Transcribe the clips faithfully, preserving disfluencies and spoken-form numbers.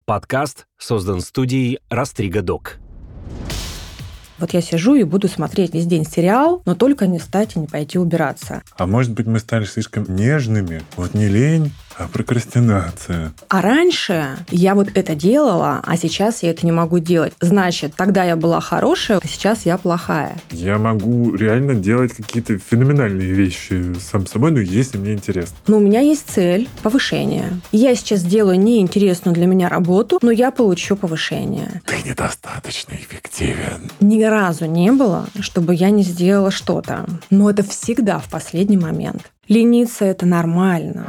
Подкаст создан студией Растрига Док. Вот я сижу и буду смотреть весь день сериал, но только не встать и не пойти убираться. А может быть, мы стали слишком нежными? Вот не лень, а прокрастинация. А раньше я вот это делала, а сейчас я это не могу делать. Значит, тогда я была хорошая, а сейчас я плохая. Я могу реально делать какие-то феноменальные вещи сам собой, но если мне интересно. Но у меня есть цель – повышение. Я сейчас делаю неинтересную для меня работу, но я получу повышение. Ты недостаточно эффективен. Ни разу не было, чтобы я не сделала что-то. Но это всегда в последний момент. Лениться – это нормально.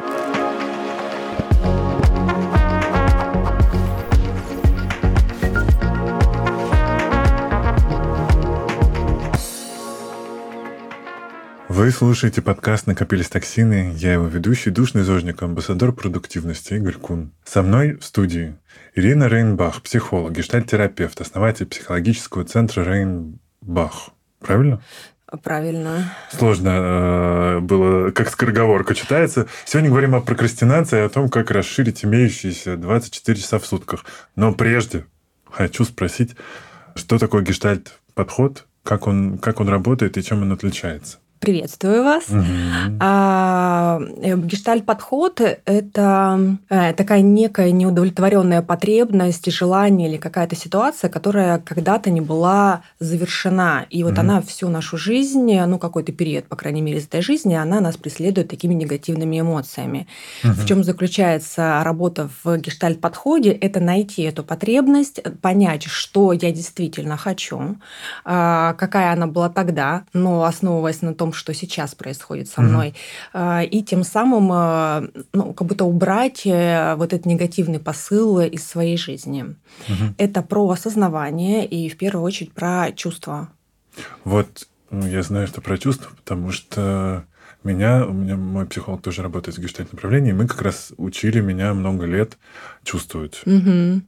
Вы слушаете подкаст «Накопились токсины». Я его ведущий, душный зожник, амбассадор продуктивности Игорь Кун. Со мной в студии Ирина Рейнбах, психолог, гештальт-терапевт, основатель психологического центра Рейнбах. Правильно? Правильно. Сложно э, было, как скороговорка читается. Сегодня говорим о прокрастинации, о том, как расширить имеющиеся двадцать четыре часа в сутках. Но прежде хочу спросить, что такое гештальт-подход, как он, как он работает и чем он отличается? Приветствую вас. Угу. А, гештальт-подход – это такая некая неудовлетворенная потребность, желание или какая-то ситуация, которая когда-то не была завершена. И вот угу. она всю нашу жизнь, ну, какой-то период, по крайней мере, из этой жизни, она нас преследует такими негативными эмоциями. Угу. В чем заключается работа в гештальт-подходе? Это найти эту потребность, понять, что я действительно хочу, какая она была тогда, но основываясь на том, что сейчас происходит со мной, mm-hmm. и тем самым ну, как будто убрать вот этот негативный посыл из своей жизни. Mm-hmm. Это про осознавание и в первую очередь про чувства. Вот ну, я знаю, что про чувства, потому что меня, у меня мой психолог тоже работает в гештальт-направлении, и мы как раз учили меня много лет чувствовать. Mm-hmm.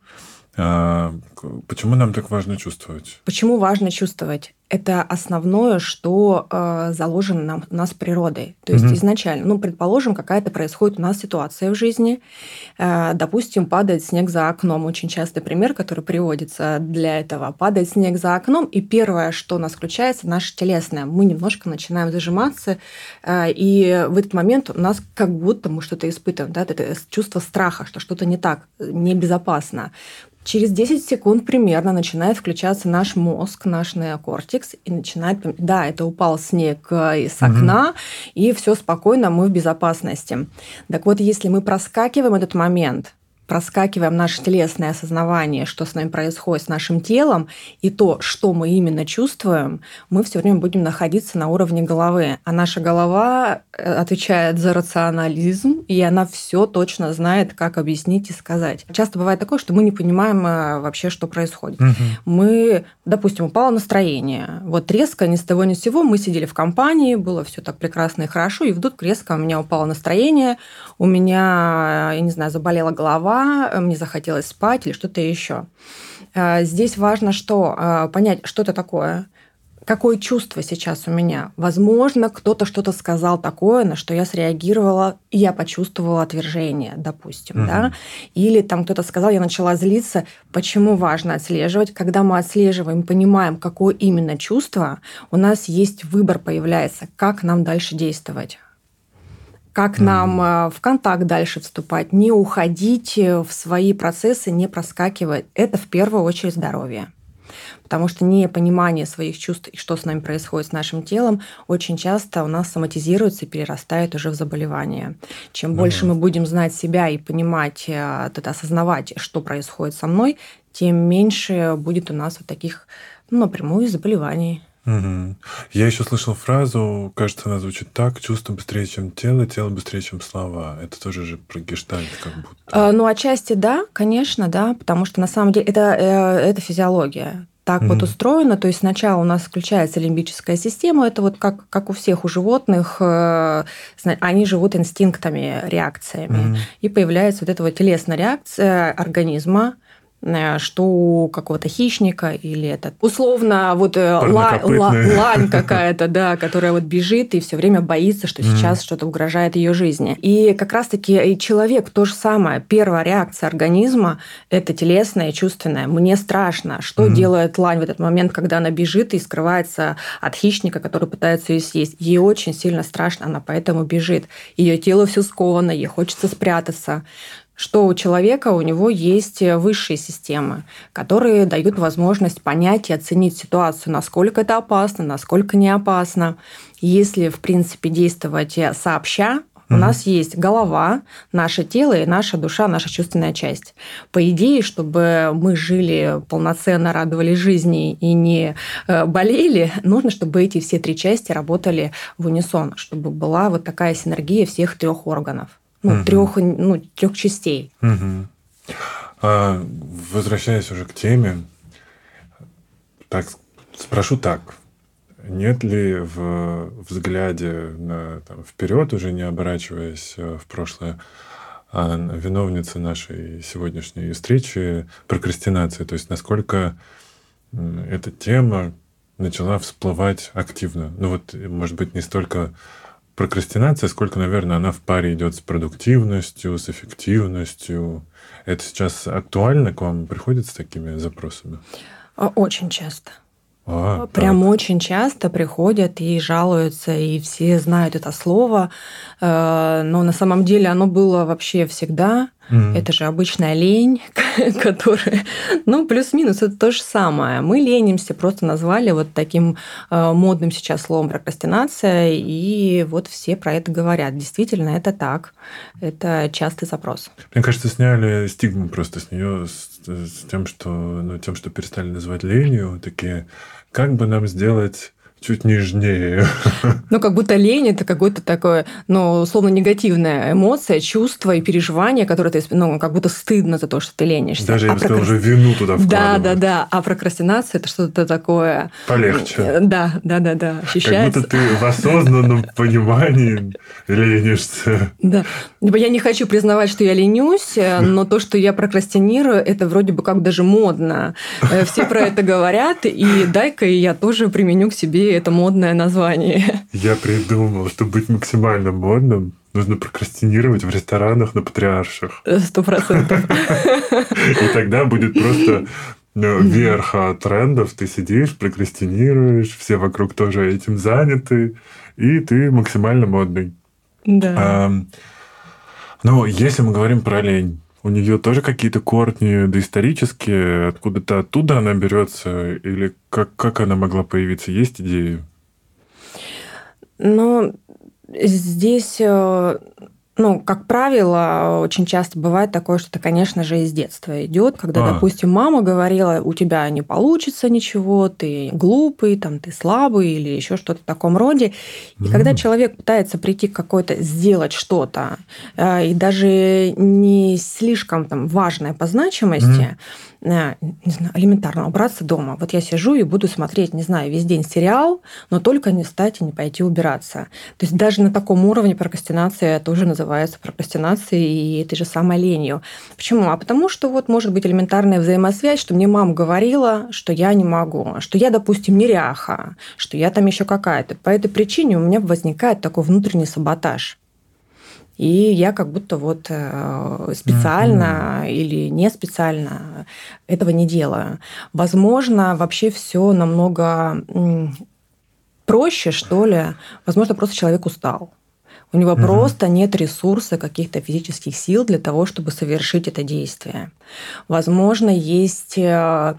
А, почему нам так важно чувствовать? Почему важно чувствовать? Это основное, что э, заложено нам, у нас природой. То есть mm-hmm. изначально, ну, предположим, какая-то происходит у нас ситуация в жизни. Э, допустим, падает снег за окном. Очень частый пример, который приводится для этого. Падает снег за окном, и первое, что у нас включается, наше телесное. Мы немножко начинаем зажиматься, э, и в этот момент у нас как будто мы что-то испытываем. Да? Это чувство страха, что что-то не так, небезопасно. Через десять секунд примерно начинает включаться наш мозг, наш неокортекс, и начинает, да, это упал снег из окна, угу. и все спокойно, мы в безопасности. Так вот, если мы проскакиваем этот момент, проскакиваем наше телесное осознавание, что с нами происходит с нашим телом, и то, что мы именно чувствуем, мы все время будем находиться на уровне головы. А наша голова отвечает за рационализм, и она все точно знает, как объяснить и сказать. Часто бывает такое, что мы не понимаем вообще, что происходит. Угу. Мы, допустим, упало настроение. Вот резко, ни с того ни с сего, мы сидели в компании, было все так прекрасно и хорошо, и вдруг резко у меня упало настроение, у меня, я не знаю, заболела голова, мне захотелось спать или что-то еще. Здесь важно что? Понять, что это такое, какое чувство сейчас у меня. Возможно, кто-то что-то сказал такое, на что я среагировала, и я почувствовала отвержение, допустим. Угу. Да? Или там кто-то сказал, я начала злиться. Почему важно отслеживать? Когда мы отслеживаем, понимаем, какое именно чувство, у нас есть выбор появляется, как нам дальше действовать. Как нам mm. в контакт дальше вступать, не уходить в свои процессы, не проскакивать. Это в первую очередь здоровье. Потому что непонимание своих чувств и что с нами происходит с нашим телом очень часто у нас соматизируется и перерастает уже в заболевание. Чем mm. больше мы будем знать себя и понимать, это, осознавать, что происходит со мной, тем меньше будет у нас вот таких ну, напрямую заболеваний. Угу. Я еще слышал фразу, кажется, она звучит так: чувство быстрее, чем тело, тело быстрее, чем слова. Это тоже же про гештальт как будто. А, ну, отчасти да, конечно, да, потому что на самом деле это, это физиология. Так mm-hmm. вот устроено, то есть сначала у нас включается лимбическая система, это вот как, как у всех у животных, они живут инстинктами, реакциями, mm-hmm. и появляется вот эта вот телесная реакция организма, что у какого-то хищника или это условно вот ла- ла- лань какая-то, да, которая вот бежит и все время боится, что сейчас mm. что-то угрожает ее жизни. И как раз-таки и человек то же самое. Первая реакция организма – это телесная и чувственная. Мне страшно. Что mm. делает лань в этот момент, когда она бежит и скрывается от хищника, который пытается ее съесть? Ей очень сильно страшно, она поэтому бежит. Ее тело все сковано, ей хочется спрятаться. Что у человека, у него есть высшие системы, которые дают возможность понять и оценить ситуацию, насколько это опасно, насколько не опасно. Если, в принципе, действовать сообща, у mm-hmm. нас есть голова, наше тело и наша душа, наша чувственная часть. По идее, чтобы мы жили полноценно, радовались жизни и не болели, нужно, чтобы эти все три части работали в унисон, чтобы была вот такая синергия всех трех органов. Ну, угу. трех, ну, трех частей. Угу. А, возвращаясь уже к теме, так, спрошу так. Нет ли в взгляде на, там, вперед, уже не оборачиваясь в прошлое, а виновницы нашей сегодняшней встречи прокрастинации? То есть насколько эта тема начала всплывать активно? Ну вот, может быть, не столько прокрастинация, сколько, наверное, она в паре идет с продуктивностью, с эффективностью. Это сейчас актуально к вам приходит с такими запросами? Очень часто. А, Прям так. очень часто приходят и жалуются, и все знают это слово. Но на самом деле оно было вообще всегда. Mm-hmm. Это же обычная лень, которая, ну, плюс-минус, это то же самое. Мы ленимся, просто назвали вот таким модным сейчас словом прокрастинация, и вот все про это говорят. Действительно, это так. Это частый запрос. Мне кажется, сняли стигму просто с нее, с, с тем, что, ну, тем, что перестали называть ленью, такие, как бы нам сделать чуть нежнее. Ну, как будто лень – это какое-то такое, ну, условно, негативная эмоция, чувство и переживание, которое ты, ну, как будто стыдно за то, что ты ленишься. Даже, я а бы сказал, уже вину туда вкладывают. Да, да, да. А прокрастинация – это что-то такое… Полегче. Да, да, да, да. Ощущается. Как будто ты в осознанном понимании ленишься. Да. Я не хочу признавать, что я ленюсь, но то, что я прокрастинирую, это вроде бы как даже модно. Все про это говорят, и дай-ка я тоже применю к себе это модное название. Я придумал, чтобы быть максимально модным, нужно прокрастинировать в ресторанах на Патриарших. Сто процентов. И тогда будет просто верх трендов. Ты сидишь, прокрастинируешь, все вокруг тоже этим заняты, и ты максимально модный. Да. А, но если мы говорим про лень, у нее тоже какие-то корни доисторические, откуда-то оттуда она берется, или как, как она могла появиться? Есть идеи? Ну, здесь, ну, как правило, очень часто бывает такое, что это, конечно же, из детства идет, когда, а. допустим, мама говорила, у тебя не получится ничего, ты глупый, там, ты слабый или еще что-то в таком роде. И mm. когда человек пытается прийти к какой-то, сделать что-то, и даже не слишком там важное по значимости, mm. не знаю, элементарно убраться дома. Вот я сижу и буду смотреть, не знаю, весь день сериал, но только не встать и не пойти убираться. То есть даже на таком уровне прокрастинация тоже называется прокрастинацией и этой же самой ленью. Почему? А потому что вот может быть элементарная взаимосвязь, что мне мама говорила, что я не могу, что я, допустим, неряха, что я там еще какая-то. По этой причине у меня возникает такой внутренний саботаж. И я как будто вот специально mm-hmm. или не специально этого не делаю. Возможно, вообще все намного проще, что ли. Возможно, просто человек устал. У него mm-hmm. просто нет ресурса, каких-то физических сил для того, чтобы совершить это действие. Возможно, есть какие-то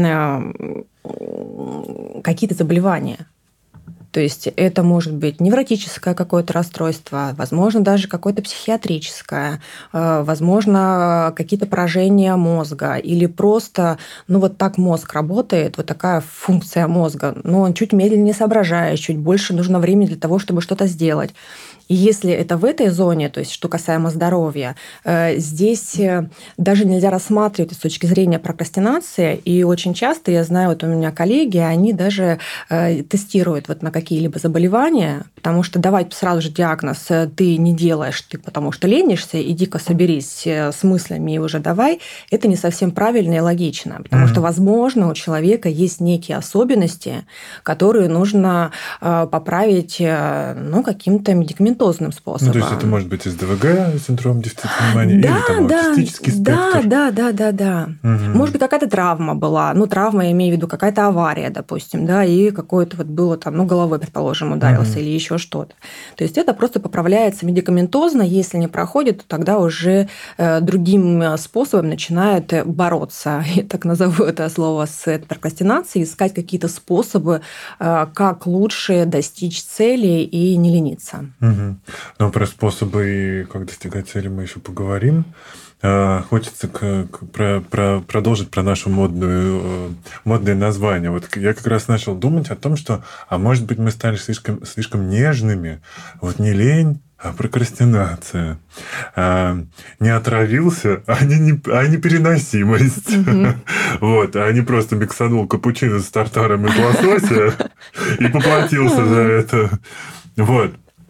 заболевания. То есть это может быть невротическое какое-то расстройство, возможно, даже какое-то психиатрическое, возможно, какие-то поражения мозга или просто, ну вот так мозг работает, вот такая функция мозга, но он чуть медленнее соображает, чуть больше нужно времени для того, чтобы что-то сделать. И если это в этой зоне, то есть что касаемо здоровья, здесь даже нельзя рассматривать с точки зрения прокрастинации. И очень часто, я знаю, вот у меня коллеги, они даже тестируют вот на какие-либо заболевания, потому что давать сразу же диагноз «ты не делаешь, ты потому что ленишься, иди-ка соберись с мыслями и уже давай», это не совсем правильно и логично, потому mm-hmm. что, возможно, у человека есть некие особенности, которые нужно поправить ну, каким-то медикаментозным способом. Ну, то есть это может быть эс дэ вэ гэ, синдром дефицита внимания, да, или там да, аутистический да, спектр? Да, да, да, да. Угу. Может быть, какая-то травма была. Ну, травма, я имею в виду, какая-то авария, допустим, да, и какое-то вот было там, ну, головой, предположим, ударился угу. или еще что-то. То есть это просто поправляется медикаментозно, если не проходит, то тогда уже э, другим способом начинают бороться, я так назову это слово, с прокрастинацией, искать какие-то способы, э, как лучше достичь цели и не лениться. Угу. Ну, про способы и как достигать цели мы еще поговорим. Хочется к, к, про, про, продолжить про нашу модную, модное название. Вот я как раз начал думать о том, что, а может быть, мы стали слишком, слишком нежными. Вот не лень, а прокрастинация. А, не отравился, а не, не, а не переносимость. Mm-hmm. Вот, а не просто миксанул капучино с тартаром из лосося и поплатился за это. Вот.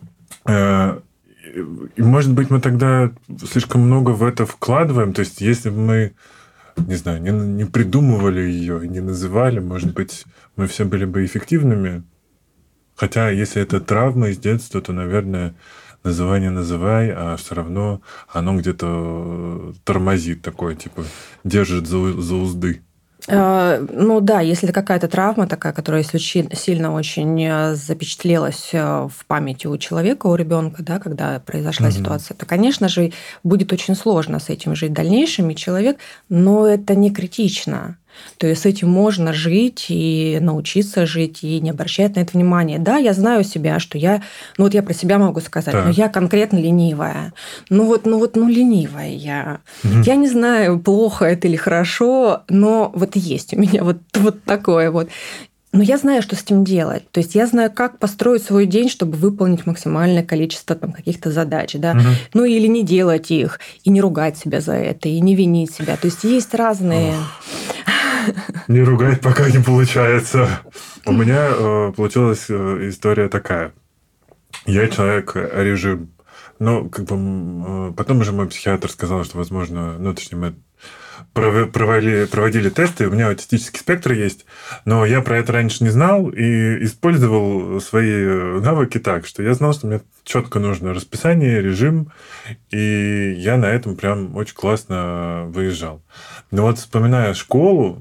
И, может быть, мы тогда слишком много в это вкладываем. То есть, если бы мы, не знаю, не, не придумывали ее, не называли, может быть, мы все были бы эффективными. Хотя, если это травма из детства, то, наверное, называй, называй, а все равно оно где-то тормозит такое, типа, держит за, за узды. Ну да, если это какая-то травма такая, которая сильно очень запечатлелась в памяти у человека, у ребенка, да, когда произошла mm-hmm. ситуация, то, конечно же, будет очень сложно с этим жить в дальнейшем, и человек, но это не критично. То есть с этим можно жить и научиться жить, и не обращать на это внимания. Да, я знаю себя, что я... Ну вот я про себя могу сказать, да. но я конкретно ленивая. Ну вот, ну вот, ну ленивая я. Угу. Я не знаю, плохо это или хорошо, но вот есть у меня вот, вот такое вот. Но я знаю, что с этим делать. То есть я знаю, как построить свой день, чтобы выполнить максимальное количество там, каких-то задач. Да? Угу. Ну или не делать их, и не ругать себя за это, и не винить себя. То есть есть разные... Не ругать, пока не получается. У меня э, получилась э, история такая. Я человек-режим. Ну, как бы э, потом уже мой психиатр сказал, что, возможно, ну, точнее, мы проводили, проводили тесты, у меня аутистический спектр есть, но я про это раньше не знал и использовал свои навыки так, что я знал, что мне четко нужно расписание, режим, и я на этом прям очень классно выезжал. Но вот вспоминая школу,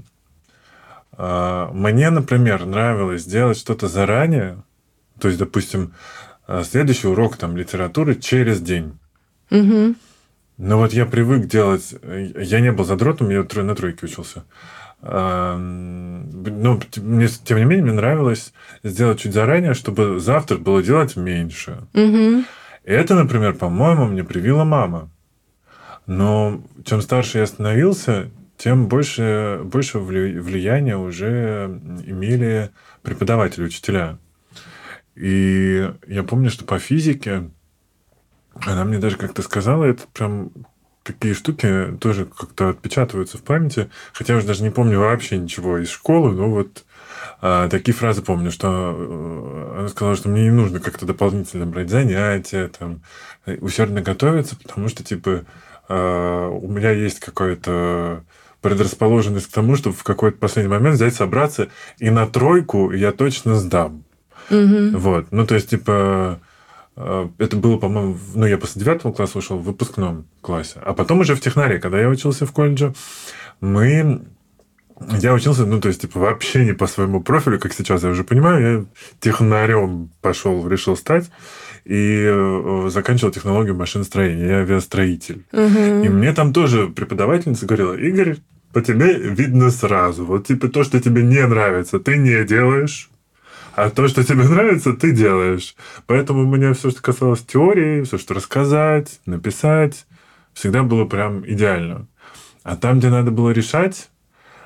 мне, например, нравилось делать что-то заранее, то есть, допустим, следующий урок там, литературы через день. Угу. Но вот я привык делать... Я не был задротом, я на тройке учился. Но, мне, тем не менее, мне нравилось сделать чуть заранее, чтобы завтра было делать меньше. Угу. Это, например, по-моему, мне привила мама. Но чем старше я становился, тем больше, больше влияния уже имели преподаватели, учителя. И я помню, что по физике она мне даже как-то сказала, это прям такие штуки тоже как-то отпечатываются в памяти, хотя я уже даже не помню вообще ничего из школы, но вот а, такие фразы помню, что она сказала, что мне не нужно как-то дополнительно брать занятия, там, усердно готовиться, потому что, типа, а, у меня есть какое-то предрасположенность к тому, чтобы в какой-то последний момент взять, собраться, и на тройку я точно сдам. Угу. Вот. Ну, то есть, типа, это было, по-моему, ну, я после девятого класса ушел в выпускном классе. А потом уже в технаре, когда я учился в колледже, мы... Я учился, ну, то есть, типа, вообще не по своему профилю, как сейчас я уже понимаю. Я технарем пошел, решил стать. И заканчивал технологию машиностроения. Я авиастроитель. Угу. И мне там тоже преподавательница говорила: Игорь, по тебе видно сразу. Вот, типа, то, что тебе не нравится, ты не делаешь. А то, что тебе нравится, ты делаешь. Поэтому у меня все, что касалось теории, все, что рассказать, написать, всегда было прям идеально. А там, где надо было решать,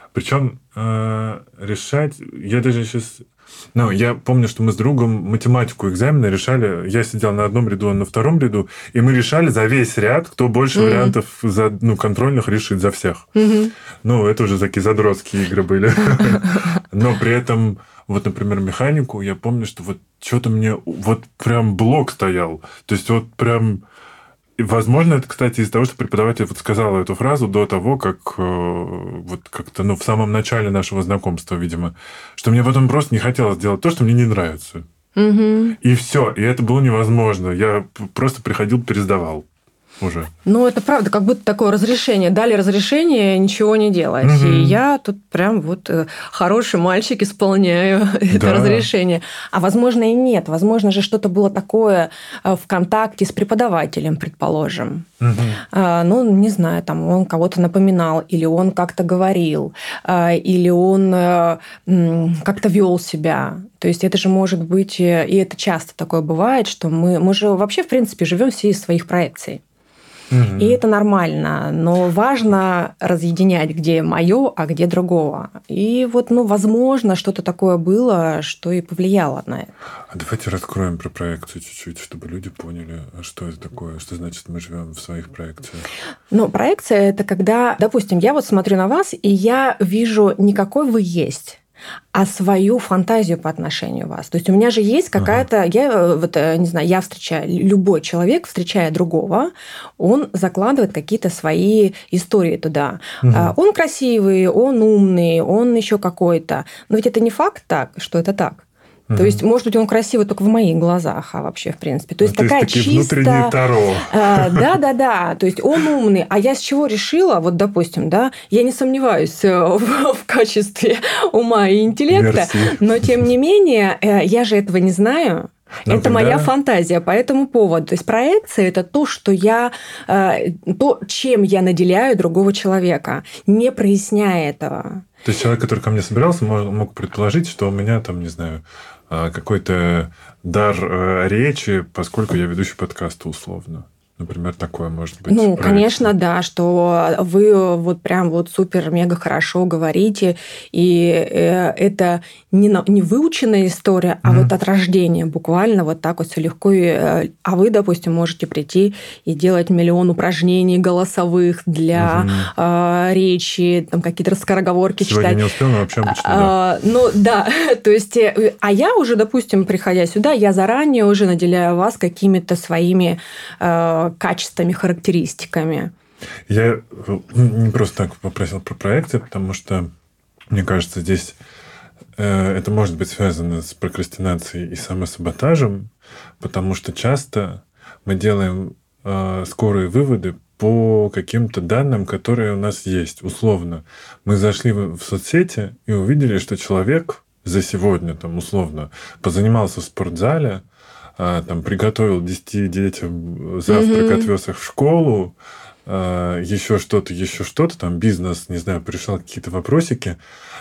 Причем э, решать... Я даже сейчас... Ну, я помню, что мы с другом математику экзамена решали. Я сидел на одном ряду, он на втором ряду, и мы решали за весь ряд, кто больше mm-hmm. вариантов за, ну, контрольных решит за всех. Mm-hmm. Ну, это уже такие задротские игры были. Но при этом, вот, например, механику, я помню, что вот что-то мне... Вот прям блок стоял. То есть вот прям... И, возможно, это, кстати, из-за того, что преподаватель вот сказал эту фразу до того, как э, вот как-то, ну, в самом начале нашего знакомства, видимо, что мне потом просто не хотелось делать то, что мне не нравится. Угу. И все, и это было невозможно. Я просто приходил, пересдавал уже. Ну, это правда, как будто такое разрешение. Дали разрешение ничего не делать. Угу. И я тут прям вот хороший мальчик, исполняю это да. разрешение. А возможно и нет. Возможно же что-то было такое в контакте с преподавателем, предположим. Угу. А, ну, не знаю, там он кого-то напоминал, или он как-то говорил, или он как-то вел себя. То есть это же может быть, и это часто такое бывает, что мы, мы же вообще, в принципе, живем все из своих проекций. И это нормально, но важно разъединять, где мое, а где другого. И вот, ну, возможно, что-то такое было, что и повлияло на это. А давайте раскроем про проекцию чуть-чуть, чтобы люди поняли, что это такое, что значит мы живем в своих проекциях. Ну, проекция – это когда, допустим, я вот смотрю на вас, и я вижу не какой вы есть, а свою фантазию по отношению к вас. То есть у меня же есть какая-то... Ага. Я, вот, не знаю, я встречаю... Любой человек, встречая другого, он закладывает какие-то свои истории туда. Ага. Он красивый, он умный, он еще какой-то. Но ведь это не факт так, что это так. Mm-hmm. То есть, может быть, он красивый только в моих глазах, а вообще, в принципе. То есть, ну, такая чисто... внутренние таро. Да-да-да. То есть, он умный. А я с чего решила, вот, допустим, да, я не сомневаюсь в, в качестве ума и интеллекта, Мерси. Но, тем не менее, я же этого не знаю. Но это тогда... моя фантазия по этому поводу. То есть, проекция – это то, что я, то, чем я наделяю другого человека, не проясняя этого. То есть, человек, который ко мне собирался, мог предположить, что у меня там, не знаю, какой-то дар речи, поскольку я ведущий подкаста условно. Например, такое может быть. Ну, конечно, да, что вы вот прям вот супер-мега хорошо говорите, и это не, не выученная история, а mm-hmm. вот от рождения буквально вот так вот все легко. А вы, допустим, можете прийти и делать миллион упражнений голосовых для mm-hmm. речи, там какие-то скороговорки читать. Сегодня не успел, но вообще обычно а, да. Ну, да, то есть, а я уже, допустим, приходя сюда, я заранее уже наделяю вас какими-то своими качествами, характеристиками. Я не просто так попросил про проекты, потому что, мне кажется, здесь э, это может быть связано с прокрастинацией и самосаботажем, потому что часто мы делаем э, скорые выводы по каким-то данным, которые у нас есть. Условно, мы зашли в, в соцсети и увидели, что человек за сегодня, там, условно, позанимался в спортзале, там, приготовил десяти детям завтрак, mm-hmm. отвез их в школу, еще что-то, еще что-то, там, бизнес, не знаю, решал какие-то вопросики.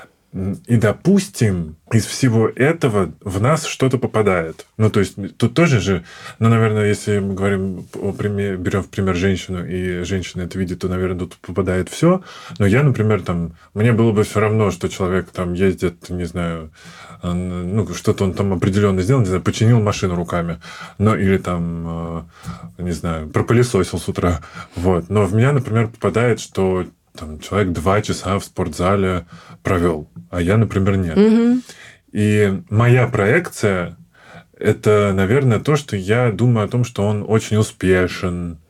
И, допустим, из всего этого в нас что-то попадает. Ну, то есть, тут тоже же, ну, наверное, если мы говорим о примере, берем в пример женщину, и женщина это видит, то, наверное, тут попадает все. Но я, например, там, мне было бы все равно, что человек там ездит, не знаю, ну, что-то он там определенно сделал, не знаю, починил машину руками, ну, или там, не знаю, пропылесосил с утра. Вот. Но в меня, например, попадает, что там, человек два часа в спортзале провел, а я, например, нет. Угу. И моя проекция – это, наверное, то, что я думаю о том, что он очень успешен,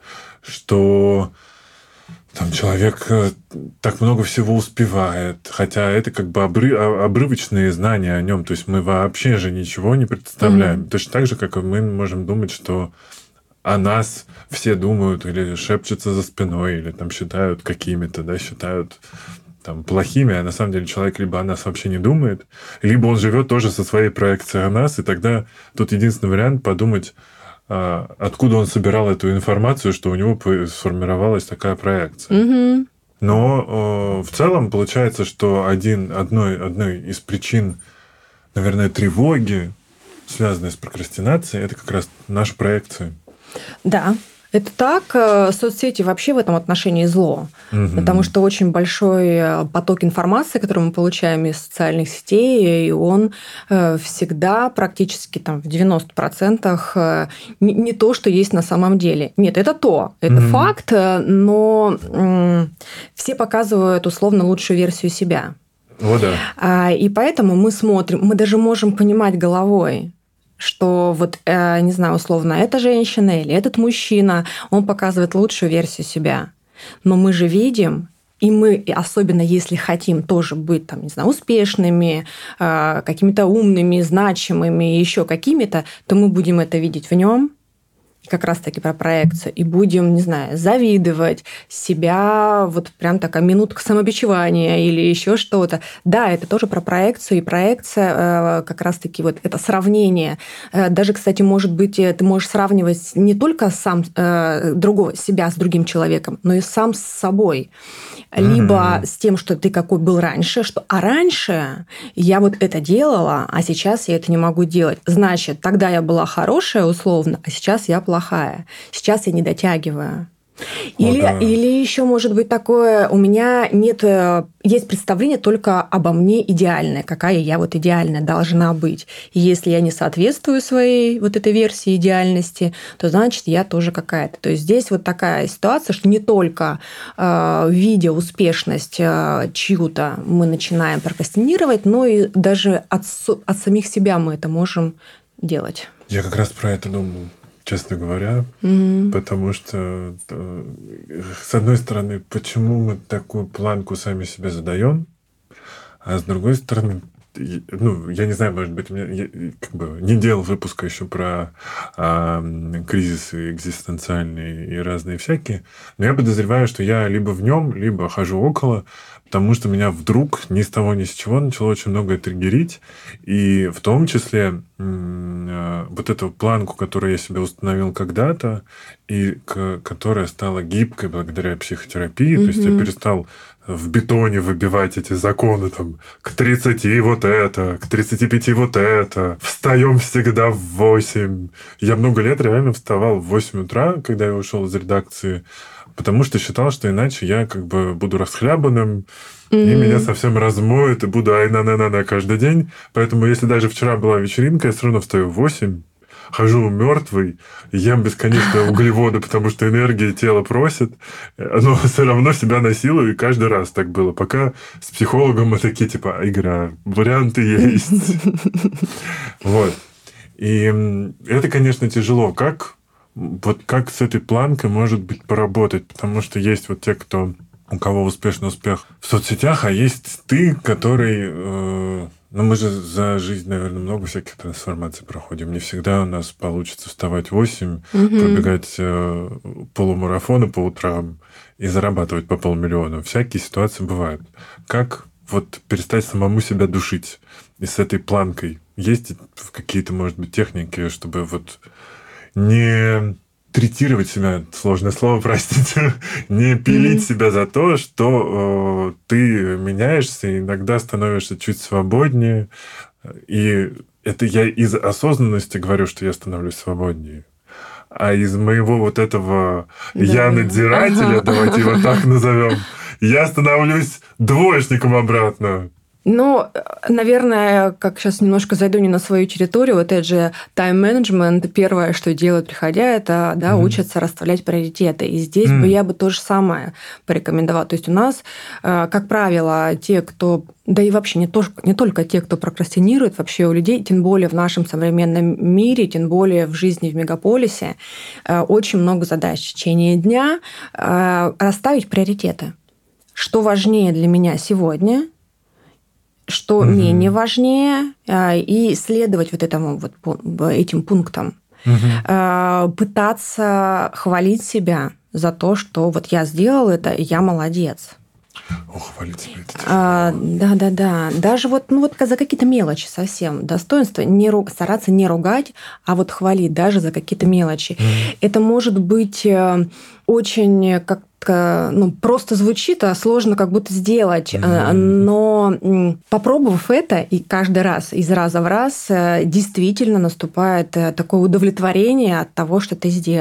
что там человек так много всего успевает, хотя это как бы обры- обрывочные знания о нем, то есть мы вообще же ничего не представляем. Угу. Точно так же, как и мы можем думать, что о нас все думают или шепчутся за спиной, или там считают какими-то, да, считают там плохими, а на самом деле человек либо о нас вообще не думает, либо он живет тоже со своей проекцией о нас, и тогда тут единственный вариант подумать, откуда он собирал эту информацию, что у него сформировалась такая проекция. Mm-hmm. Но в целом получается, что один, одной, одной из причин, наверное, тревоги, связанной с прокрастинацией, это как раз наша проекция. Да, Это так. Соцсети вообще в этом отношении зло, Мгм. потому что очень большой поток информации, который мы получаем из социальных сетей, и он э, всегда практически там, в девяноста процентах э, не, не то, что есть на самом деле. Нет, это то, это Мгм. факт, э, но м, все показывают условно лучшую версию себя. О, да. А, И поэтому мы смотрим, мы даже можем понимать головой, что вот, э, не знаю, условно, эта женщина или этот мужчина, он показывает лучшую версию себя. Но мы же видим, и мы, и особенно если хотим тоже быть, там, не знаю, успешными, э, какими-то умными, значимыми, еще какими-то, то мы будем это видеть в нем, как раз-таки про проекцию, и будем, не знаю, завидовать себя, вот прям такая минутка самобичевания или еще что-то. Да, это тоже про проекцию, и проекция э, как раз-таки вот это сравнение. Э, даже, кстати, может быть, э, ты можешь сравнивать не только сам э, другого, себя с другим человеком, но и сам с собой. Либо Мгм. с тем, что ты какой был раньше, что а раньше я вот это делала, а сейчас я это не могу делать. Значит, тогда я была хорошая условно, а сейчас я плохая. Сейчас я не дотягиваю. Или, да. или еще может быть такое, у меня нет, э, есть представление только обо мне идеальное, какая я вот идеальная должна быть. И если я не соответствую своей вот этой версии идеальности, то значит я тоже какая-то. То есть здесь вот такая ситуация, что не только э, видя успешность э, чью-то мы начинаем прокрастинировать, но и даже от, со- от самих себя мы это можем делать. Я как раз про это думал, честно говоря, Мгм. потому что, э, с одной стороны, почему мы такую планку сами себе задаем, а с другой стороны, и- ну, я не знаю, может быть, у меня- я и как бы не делал выпуска еще про а, м, кризисы экзистенциальные и разные всякие, но я подозреваю, что я либо в нем, либо хожу около, потому что меня вдруг ни с того ни с чего начало очень многое триггерить, и в том числе м, а, вот эту планку, которую я себе установил когда-то, и к- которая стала гибкой благодаря психотерапии, то есть я Мгм. перестал в бетоне выбивать эти законы там к тридцати вот это, к тридцати пяти вот это, встаем всегда в восемь. Я много лет реально вставал в восемь утра, когда я ушел из редакции, потому что считал, что иначе я как бы буду расхлябанным, и меня Мгм. совсем размоют, и буду ай-на-на-на-на каждый день. Поэтому, если даже вчера была вечеринка, я все равно встаю в восемь, хожу мертвый, ем бесконечные углеводы, потому что энергия тело просит, но все равно себя насилую, и каждый раз так было. Пока с психологом мы такие, типа, игра, варианты есть. Вот. И м, это, конечно, тяжело. Как вот как с этой планкой, может быть, поработать? Потому что есть вот те, кто у кого успешный успех в соцсетях, а есть ты, который... э, ну, мы же за жизнь, наверное, много всяких трансформаций проходим. Не всегда у нас получится вставать в восемь, Мгм. пробегать э, полумарафоны по утрам и зарабатывать по полмиллиона. Всякие ситуации бывают. Как вот перестать самому себя душить и с этой планкой? Есть какие-то, может быть, техники, чтобы вот не третировать себя, сложное слово, простите, не пилить Мгм. себя за то, что э, ты меняешься, иногда становишься чуть свободнее. И это я из осознанности говорю, что я становлюсь свободнее. А из моего вот этого я Да. надзирателя, Ага, давайте его так ага. назовем, я становлюсь двоечником обратно. Ну, э, наверное, как сейчас немножко зайду не на свою территорию, вот это же тайм-менеджмент, первое, что делают, приходя, это да, Мгм. учатся расставлять приоритеты. И здесь бы М. я бы то же самое порекомендовала. То есть у нас, э, как правило, те, кто, да и вообще не, то, не только те, кто прокрастинирует, вообще у людей, тем более в нашем современном мире, тем более в жизни в мегаполисе, э, очень много задач в течение дня. Э, Расставить приоритеты. Что важнее для меня сегодня, что Мгм. менее важнее, а, и следовать вот этому вот пу- этим пунктам. Мгм. А, Пытаться хвалить себя за то, что вот я сделал это, и я молодец. Ох, хвалить себя это А, тяжело. Да, да, да. Даже вот, ну вот за какие-то мелочи совсем. Достоинство не ру- стараться не ругать, а вот хвалить даже за какие-то мелочи. Мгм. Это может быть э, очень как-то, ну, просто звучит, а сложно как будто сделать. Э, Мгм. Но м, попробовав это, и каждый раз, из раза в раз, э, действительно наступает э, такое удовлетворение от того, что ты сделал.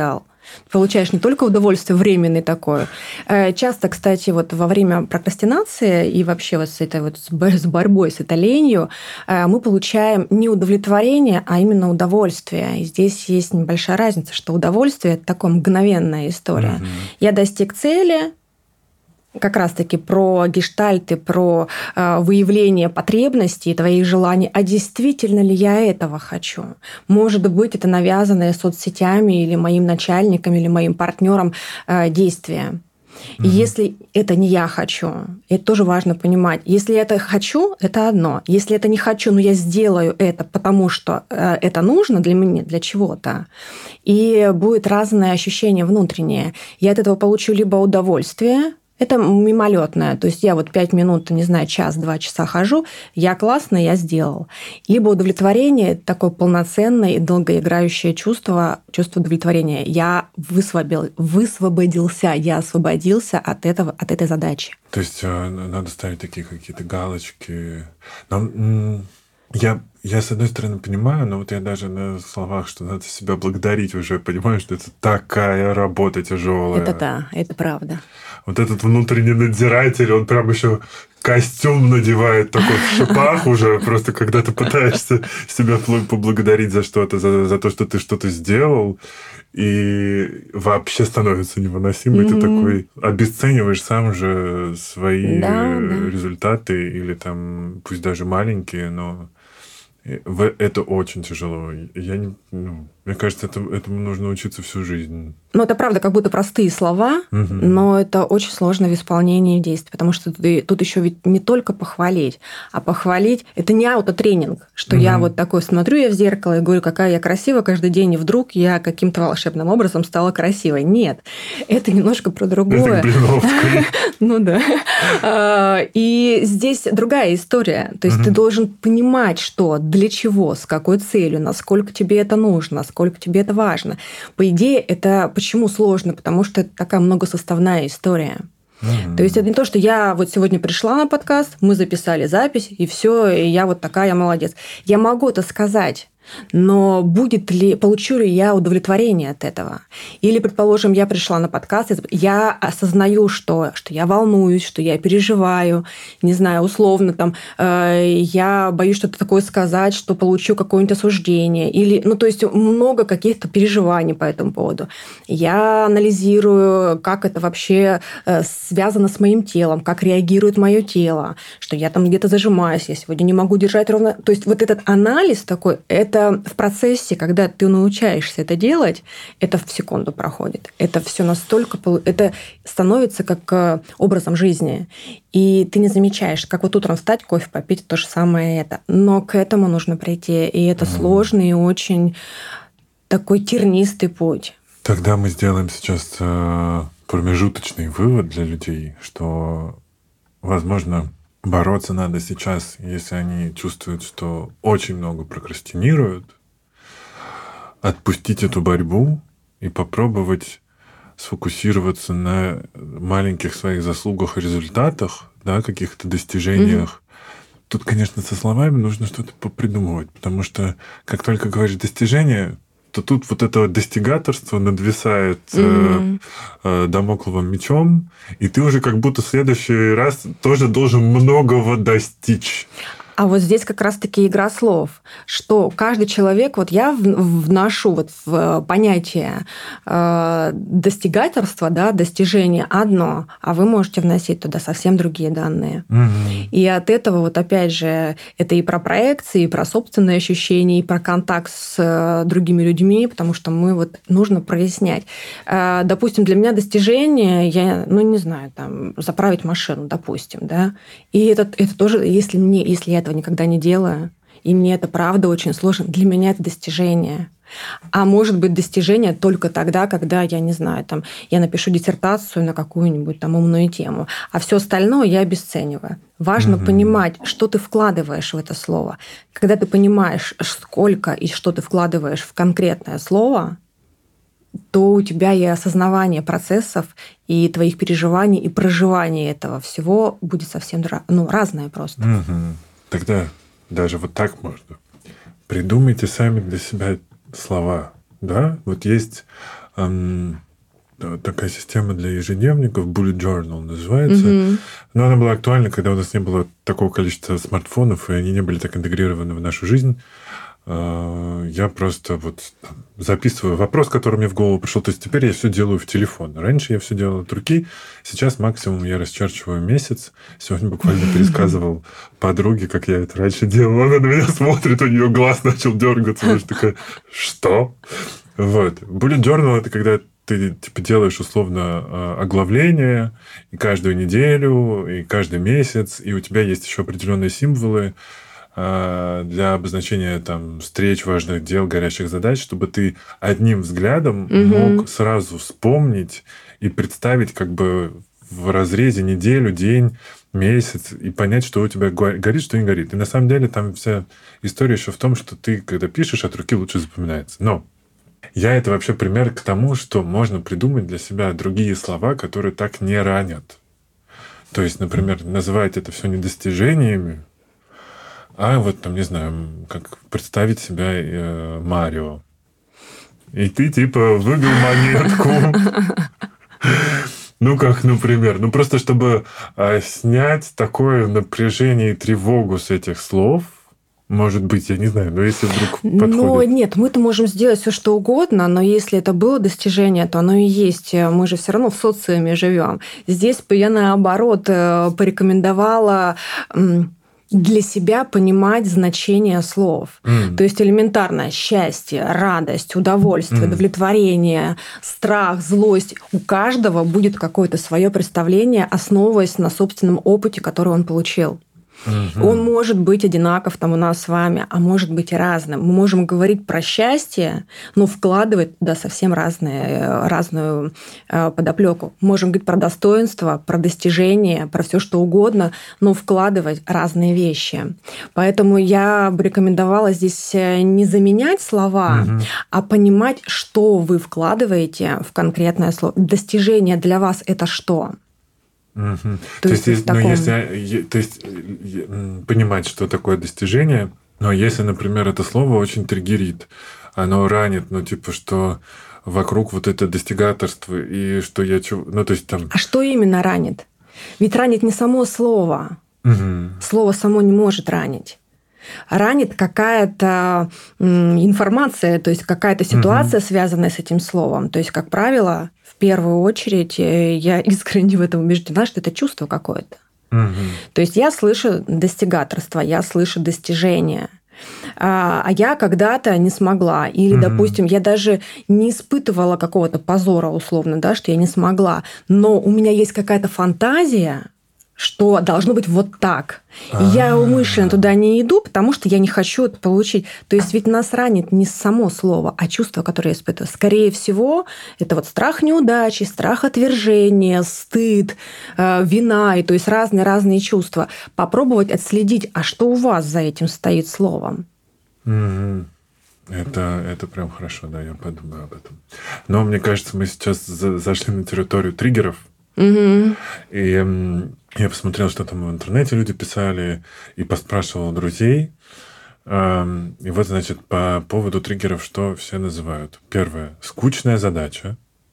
Получаешь не только удовольствие временное такое. Часто, кстати, вот во время прокрастинации и вообще вот с этой вот с борьбой с этой ленью мы получаем не удовлетворение, а именно удовольствие. И здесь есть небольшая разница, что удовольствие – это такая мгновенная история. Mm-hmm. Я достиг цели, как раз-таки про гештальты, про э, выявление потребностей, твоих желаний. А действительно ли я этого хочу? Может быть, это навязанное соцсетями или моим начальником, или моим партнером э, действие. И mm-hmm. если это не я хочу, это тоже важно понимать. Если я это хочу, это одно. Если это не хочу, но я сделаю это, потому что э, это нужно для меня, для чего-то, и будет разное ощущение внутреннее. Я от этого получу либо удовольствие, это мимолетное. То есть я вот пять минут, не знаю, час-два часа хожу, я классно, я сделал. Либо удовлетворение, такое полноценное и долгоиграющее чувство, чувство удовлетворения. Я высвободил, высвободился, я освободился от, этого, от этой задачи. То есть надо ставить такие какие-то галочки. Нам, я, я, с одной стороны, понимаю, но вот я даже на словах, что надо себя благодарить, уже понимаю, что это такая работа тяжелая. Это да, это правда. Вот этот внутренний надзиратель, он прям еще костюм надевает такой в шипах уже, просто когда ты пытаешься себя поблагодарить за что-то, за, за то, что ты что-то сделал, и вообще становится невыносимо, mm-hmm. и ты такой обесцениваешь сам же свои да, да. результаты, или там, пусть даже маленькие, но это очень тяжело. Я не, ну, мне кажется, это, этому нужно учиться всю жизнь. Ну, это правда, как будто простые слова, угу. но это очень сложно в исполнении действий, потому что ты, тут еще ведь не только похвалить, а похвалить – это не аутотренинг, что угу. я вот такой смотрю я в зеркало и говорю, какая я красивая каждый день, и вдруг я каким-то волшебным образом стала красивой. Нет, это немножко про другое. Ну да. И здесь другая история. То есть ты должен понимать, что, для чего, с какой целью, насколько тебе это нужно, насколько тебе это важно. По идее, это почему сложно? Потому что это такая многосоставная история. Mm-hmm. То есть это не то, что я вот сегодня пришла на подкаст, мы записали запись, и все, и я вот такая, я молодец. Я могу это сказать, но будет ли, получу ли я удовлетворение от этого? Или, предположим, я пришла на подкаст, я осознаю, что, что я волнуюсь, что я переживаю, не знаю, условно, там, э, я боюсь что-то такое сказать, что получу какое-нибудь осуждение. Или, ну, то есть много каких-то переживаний по этому поводу. Я анализирую, как это вообще э, связано с моим телом, как реагирует мое тело, что я там где-то зажимаюсь, я сегодня не могу держать ровно. То есть вот этот анализ такой, это в процессе, когда ты научаешься это делать, это в секунду проходит. Это все настолько... Это становится как образом жизни. И ты не замечаешь, как вот утром встать, кофе попить, то же самое это. Но к этому нужно прийти. И это mm-hmm. сложный и очень такой тернистый путь. Тогда мы сделаем сейчас промежуточный вывод для людей, что, возможно, бороться надо сейчас, если они чувствуют, что очень много прокрастинируют, отпустить эту борьбу и попробовать сфокусироваться на маленьких своих заслугах и результатах, да, каких-то достижениях. Mm-hmm. Тут, конечно, со словами нужно что-то попридумывать, потому что как только говоришь «достижение», то тут вот это вот достигаторство надвисает mm-hmm. э, э, дамокловым мечом, и ты уже как будто в следующий раз тоже должен многого достичь. А вот здесь как раз-таки игра слов, что каждый человек, вот я вношу вот в понятие э, достигаторства, да, достижения одно, а вы можете вносить туда совсем другие данные. Угу. И от этого вот опять же это и про проекции, и про собственные ощущения, и про контакт с другими людьми, потому что мы вот нужно прояснять. Э, допустим, для меня достижение, я, ну не знаю, там заправить машину, допустим, да, и это, это тоже, если мне, если я этого никогда не делаю, и мне это правда очень сложно, для меня это достижение. А может быть достижение только тогда, когда, я не знаю, там, я напишу диссертацию на какую-нибудь там умную тему, а все остальное я обесцениваю. Важно mm-hmm. понимать, что ты вкладываешь в это слово. Когда ты понимаешь, сколько и что ты вкладываешь в конкретное слово, то у тебя и осознавание процессов, и твоих переживаний, и проживания этого всего будет совсем ну, разное просто. Mm-hmm. Тогда даже вот так можно. Придумайте сами для себя слова. Да? Вот есть эм, такая система для ежедневников, Bullet Journal называется. Мгм. Но она была актуальна, когда у нас не было такого количества смартфонов, и они не были так интегрированы в нашу жизнь. Э, Я просто вот там записываю вопрос, который мне в голову пришел. То есть теперь я все делаю в телефон. Раньше я все делал от руки. Сейчас максимум я расчерчиваю месяц. Сегодня буквально пересказывал подруге, как я это раньше делал. Она на меня смотрит, у нее глаз начал дергаться. Она же такая, что? Вот. Bullet Journal – это когда ты типа делаешь условно э, оглавление и каждую неделю, и каждый месяц, и у тебя есть еще определенные символы э, для обозначения там встреч, важных дел, горящих задач, чтобы ты одним взглядом Мгм. мог сразу вспомнить и представить как бы в разрезе неделю, день, месяц, и понять, что у тебя го- горит, что не горит. И на самом деле там вся история еще в том, что ты, когда пишешь, от руки лучше запоминается. Но я это вообще пример к тому, что можно придумать для себя другие слова, которые так не ранят. То есть, например, называть это все не достижениями, а вот там, не знаю, м, как представить себя э, Марио. И ты типа выбил монетку. Ну, как, например, ну просто чтобы э, снять такое напряжение и тревогу с этих слов, может быть, я не знаю, но если вдруг Но подходит. нет, мы-то можем сделать все, что угодно, но если это было достижение, то оно и есть. Мы же все равно в социуме живем. Здесь бы я, наоборот, э, порекомендовала м, для себя понимать значение слов. М, То есть элементарно счастье, радость, удовольствие, м, удовлетворение, страх, злость. У каждого будет какое-то свое представление, основываясь на собственном опыте, который он получил. мгм. Он может быть одинаков там у нас с вами, а может быть и разным. Мы можем говорить про счастье, но вкладывать туда совсем разные, разную э, подоплеку. Можем говорить про достоинство, про достижения, про все что угодно, но вкладывать разные вещи. Поэтому я бы рекомендовала здесь не заменять слова, Мгм. а понимать, что вы вкладываете в конкретное слово. Достижение для вас это что? Мгм. То То есть есть, в е- но таком... если е- то есть, э, е- м, понимать, что такое достижение, но если, например, это слово очень триггерит, оно ранит, ну, типа, что вокруг вот это достигаторство, и что я... чу- Ну, то есть там... А что именно ранит? Ведь ранит не само слово. Мгм. Слово само не может ранить. Ранит какая-то м, информация, то есть какая-то Мгм. ситуация, связанная с этим словом. То есть, как правило, в первую очередь, э, я искренне в этом убеждена, что это чувство какое-то. Мгм. То есть я слышу достигаторство, я слышу достижение. А а я когда-то не смогла. Или, Мгм. допустим, я даже не испытывала какого-то позора условно, да, что я не смогла. Но у меня есть какая-то фантазия, что должно быть вот так. И я умышленно А. туда не иду, потому что я не хочу это получить. То есть ведь нас ранит не само слово, а чувство, которое я испытываю. Скорее всего, это вот страх неудачи, страх отвержения, стыд, э, вина, и то есть разные-разные чувства. Попробовать отследить, а что у вас за этим стоит словом. Мгм. Это, это прям хорошо, да, я подумаю об этом. Но мне кажется, мы сейчас за- зашли на территорию триггеров. Мгм. И м, я посмотрел, что там в интернете люди писали, и поспрашивал друзей. Ам, И вот, значит, по поводу триггеров, что все называют. Первое. Скучная задача.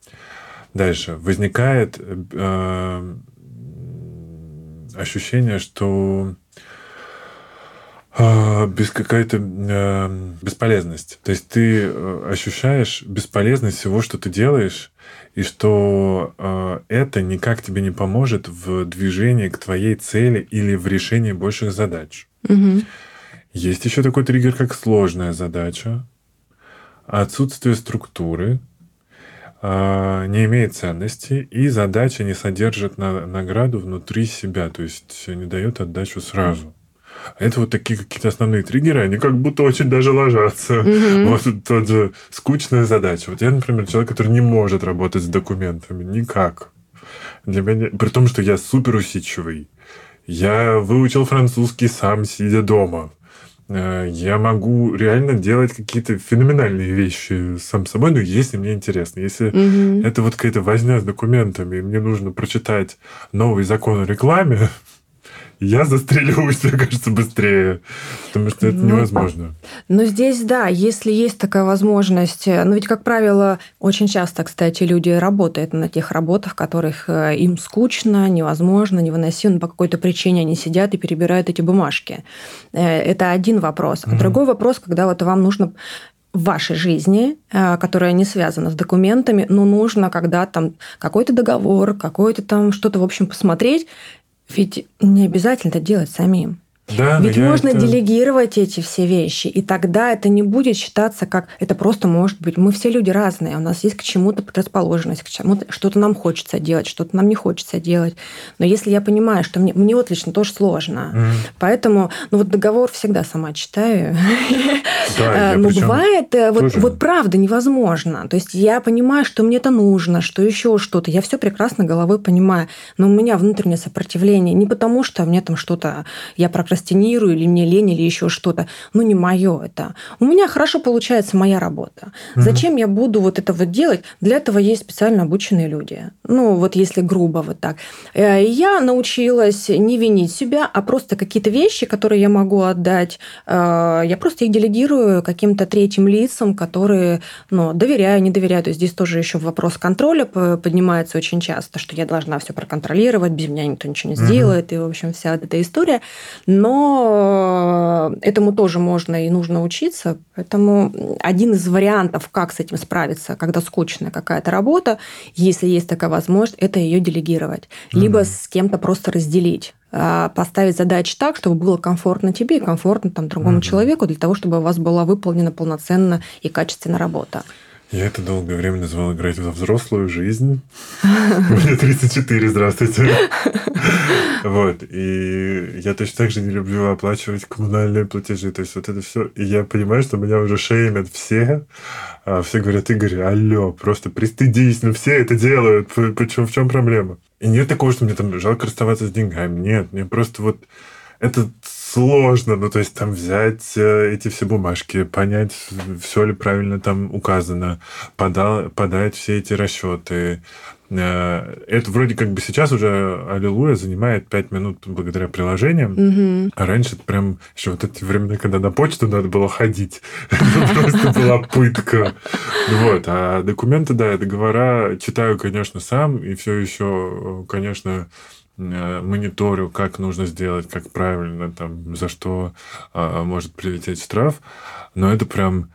Дальше. Возникает э, м, ощущение, что а, без какая-то э, бесполезность. То есть ты э, ощущаешь бесполезность всего, что ты делаешь, и что э, это никак тебе не поможет в движении к твоей цели или в решении больших задач. Мгм. Есть еще такой триггер, как сложная задача, отсутствие структуры, а, не имеет ценности, и задача не содержит на- награду внутри себя, то есть не дает отдачу сразу. Это вот такие какие-то основные триггеры, они как будто очень даже ложатся. Мгм. Вот тут тот же скучная задача. Вот я, например, человек, который не может работать с документами никак. Для меня, при том, что я супер усидчивый. Я выучил французский сам, сидя дома. Э, Я могу реально делать какие-то феноменальные вещи сам собой, но если мне интересно. Если Мгм. это вот какая-то возня с документами, и мне нужно прочитать новый закон о рекламе, я застрелюсь, мне кажется, быстрее, потому что это Ну, невозможно. Но здесь, да, если есть такая возможность, э, но ведь, как правило, очень часто, кстати, люди работают на тех работах, в которых э, им скучно, невозможно, невыносимо, по какой-то причине они сидят и перебирают эти бумажки. Э, Это один вопрос. А Мгм. другой вопрос, когда вот вам нужно в вашей жизни, э, которая не связана с документами, но нужно, когда там какой-то договор, какой-то там что-то, в общем, посмотреть, ведь не обязательно это делать самим. Да, но Ведь я можно это... делегировать эти все вещи, и тогда это не будет считаться как... Это просто может быть... Мы все люди разные, у нас есть к чему-то предрасположенность, к чему-то что-то нам хочется делать, что-то нам не хочется делать. Но если я понимаю, что мне, мне вот лично тоже сложно, Мгм. поэтому... Ну вот договор всегда сама читаю. Да, я Но причем бывает, э, вот, тоже. вот правда невозможно. То есть я понимаю, что мне это нужно, что еще что-то. Я все прекрасно головой понимаю. Но у меня внутреннее сопротивление не потому, что мне там что-то... Я прокрастинирую, или мне лень, или еще что-то. Ну, не мое это. У меня хорошо получается моя работа. Мгм. Зачем я буду вот это вот делать? Для этого есть специально обученные люди. Ну, вот если грубо вот так. Э, Я научилась не винить себя, а просто какие-то вещи, которые я могу отдать, э, я просто их делегирую каким-то третьим лицам, которые, ну, доверяю, не доверяю. То есть здесь тоже еще вопрос контроля п- поднимается очень часто, что я должна все проконтролировать, без меня никто ничего не Мгм. сделает, и, в общем, вся эта история. Но этому тоже можно и нужно учиться. Поэтому один из вариантов, как с этим справиться, когда скучная какая-то работа, если есть такая возможность, это ее делегировать. Либо Мгм. с кем-то просто разделить. А, поставить задачи так, чтобы было комфортно тебе и комфортно там, другому Мгм. человеку, для того, чтобы у вас была выполнена полноценно и качественная работа. Я это долгое время называл играть во взрослую жизнь. Мне тридцать четыре, здравствуйте. Вот. И я точно так же не люблю оплачивать коммунальные платежи. То есть вот это все. И я понимаю, что меня уже шеймят все. А все говорят: Игорь, алло, просто пристыдись, ну все это делают. Причем в чем проблема? И нет такого, что мне там жалко расставаться с деньгами. Нет, мне просто вот это сложно, ну, то есть там взять э, эти все бумажки, понять, все ли правильно там указано, подал, подать все эти расчеты. Э, Это вроде как бы сейчас уже аллилуйя занимает пять минут благодаря приложениям. Мгм. А раньше это прям еще вот эти времена, когда на почту надо было ходить. Это просто была пытка. Вот. А документы, да, договора читаю, конечно, сам. И все еще, конечно, э, мониторю, как нужно сделать, как правильно, там, за что а, может прилететь штраф. Но это прям...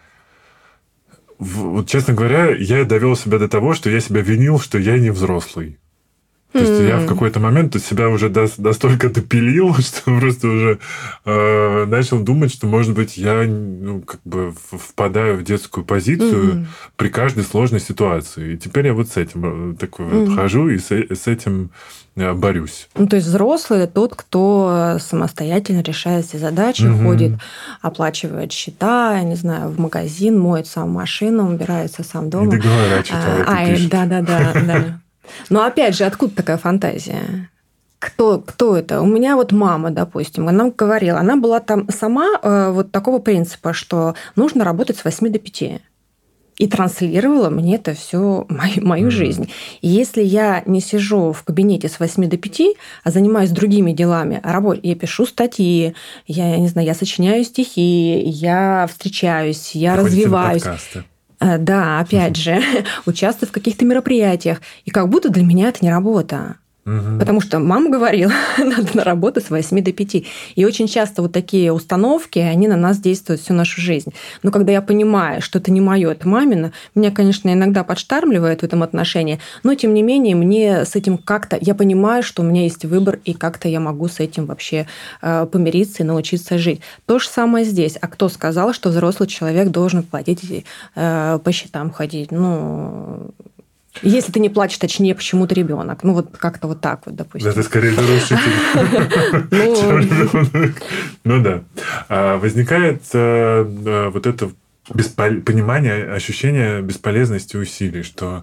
в- Вот, честно говоря, я довел себя до того, что я себя винил, что я не взрослый. То есть я в М. какой-то момент себя уже до- настолько допилил, что просто уже э, начал думать, что, может быть, я ну, как бы в- впадаю в детскую позицию Мгм. при каждой сложной ситуации. И теперь я вот с этим э, такой вот Мгм. хожу и с, э- с этим э, борюсь. Ну, то есть взрослый – это тот, кто самостоятельно решает все задачи, Мгм. ходит, оплачивает счета, я не знаю, в магазин, моет сам машину, убирается сам И дома. договора читает А, и и пишет. да-да-да, да. Но опять же, откуда такая фантазия? Кто, кто это? У меня вот мама, допустим, она говорила, она была там сама э, вот такого принципа, что нужно работать с восьми до пяти. И транслировала мне это все мою, мою Мгм. жизнь. И если я не сижу в кабинете с восьми до пяти, а занимаюсь другими делами, а работ- я пишу статьи, я, я не знаю, я сочиняю стихи, я встречаюсь, я Приходите на развиваюсь. подкасты. Э, Да, опять же, участвую в каких-то мероприятиях. И как будто для меня это не работа. Мгм. Потому что мама говорила, надо на работу с восьми до пяти. И очень часто вот такие установки, они на нас действуют всю нашу жизнь. Но когда я понимаю, что это не мое, это мамино, меня, конечно, иногда подштармливает в этом отношении, но тем не менее мне с этим как-то... Я понимаю, что у меня есть выбор, и как-то я могу с этим вообще э, помириться и научиться жить. То же самое здесь. А кто сказал, что взрослый человек должен платить, э, по счетам ходить? Ну... Если ты не платишь, точнее, почему-то ребенок. Ну, вот как-то вот так вот, допустим. Это скорее нарушитель, Ну, чем ребенок. Ну да. А возникает э, э, вот это беспол- понимание, ощущение бесполезности усилий, что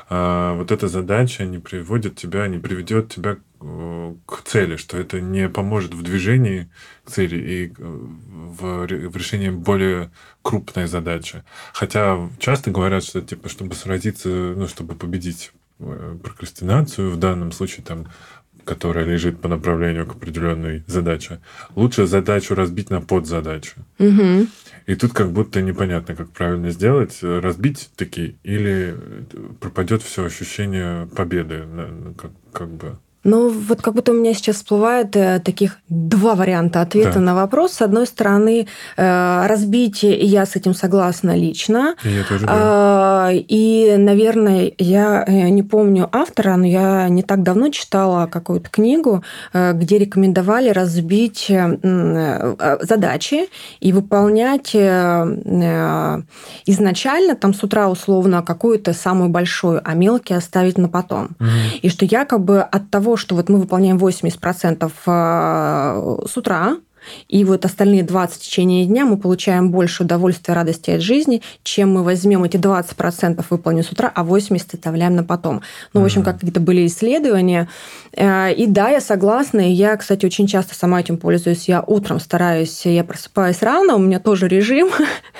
э, вот эта задача не приводит тебя, не приведет тебя э, к цели, что это не поможет в движении к цели и э, в, ре- в решении более крупной задачи. Хотя часто говорят, что типа, чтобы сразиться, ну, чтобы победить э, прокрастинацию, в данном случае там которая лежит по направлению к определенной задаче. Лучше задачу разбить на подзадачу. Угу. И тут как будто непонятно, как правильно сделать. Разбить таки или пропадет все ощущение победы, как, как бы... Ну, вот как будто у меня сейчас всплывает э, таких два варианта ответа да. на вопрос. С одной стороны, э, разбитие, и я с этим согласна лично. И я тоже, да. Э, и, наверное, я не помню автора, но я не так давно читала какую-то книгу, э, где рекомендовали разбить э, задачи и выполнять э, изначально, там с утра условно, какую-то самую большую, а мелкие оставить на потом. Угу. И что я как бы от того, что вот мы выполняем восемьдесят процентов с утра, и вот остальные двадцать в течение дня мы получаем больше удовольствия, радости от жизни, чем мы возьмем эти двадцать процентов выполним с утра, а восемьдесят процентов оставляем на потом. Ну, в общем, какие-то были исследования. И да, я согласна. И я, кстати, очень часто сама этим пользуюсь. Я утром стараюсь, я просыпаюсь рано, у меня тоже режим.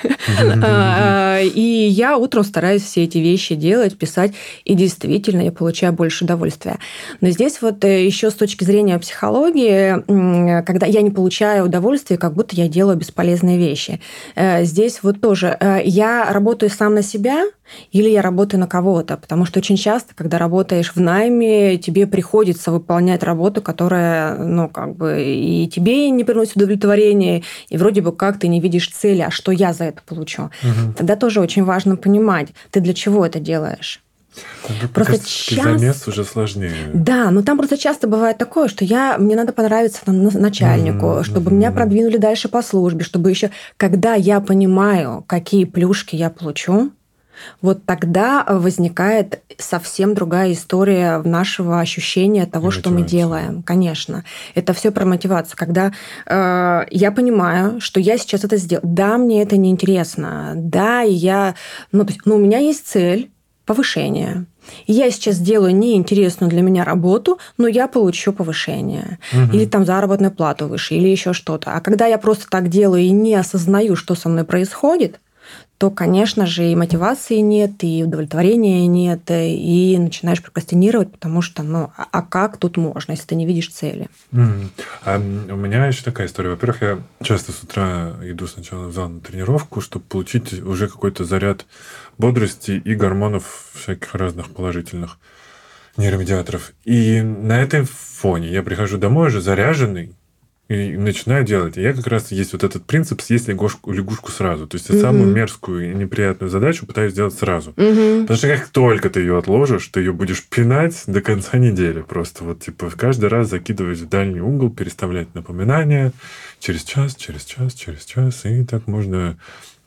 И я утром стараюсь все эти вещи делать, писать. И действительно, я получаю больше удовольствия. Но здесь вот еще с точки зрения психологии, когда я не получаю удовольствие, как будто я делаю бесполезные вещи. Здесь вот тоже я работаю сам на себя или я работаю на кого-то, потому что очень часто, когда работаешь в найме, тебе приходится выполнять работу, которая, ну, как бы и тебе не приносит удовлетворения, и вроде бы как ты не видишь цели, а что я за это получу. Угу. Тогда тоже очень важно понимать, ты для чего это делаешь. Тогда просто часто... замес уже сложнее. Да, но там просто часто бывает такое, что я, мне надо понравиться там, начальнику, mm-hmm. чтобы mm-hmm. меня продвинули дальше по службе, чтобы еще, когда я понимаю, какие плюшки я получу, вот тогда возникает совсем другая история нашего ощущения того, что мы делаем. Конечно. Это все про мотивацию. Когда э, я понимаю, что я сейчас это сделаю. Да, мне это неинтересно. Да, я... Ну, то есть, ну, у меня есть цель, повышение. Я сейчас делаю неинтересную для меня работу, но я получу повышение. Угу. Или там заработную плату выше, или еще что-то. А когда я просто так делаю и не осознаю, что со мной происходит, то, конечно же, и мотивации нет, и удовлетворения нет, и начинаешь прокрастинировать, потому что, ну, а как тут можно, если ты не видишь цели? Mm. А у меня еще такая история. Во-первых, я часто с утра иду сначала в зал на тренировку, чтобы получить уже какой-то заряд бодрости и гормонов всяких разных положительных нейромедиаторов. И на этом фоне я прихожу домой уже заряженный, и начинаю делать. И я как раз есть вот этот принцип съесть лягушку, лягушку сразу. То есть я угу. самую мерзкую и неприятную задачу пытаюсь сделать сразу. Угу. Потому что как только ты ее отложишь, ты ее будешь пинать до конца недели. Просто вот типа каждый раз закидывать в дальний угол, переставлять напоминания через час, через час, через час. И так можно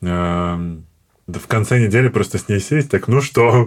э, в конце недели просто с ней сесть. Так, ну что,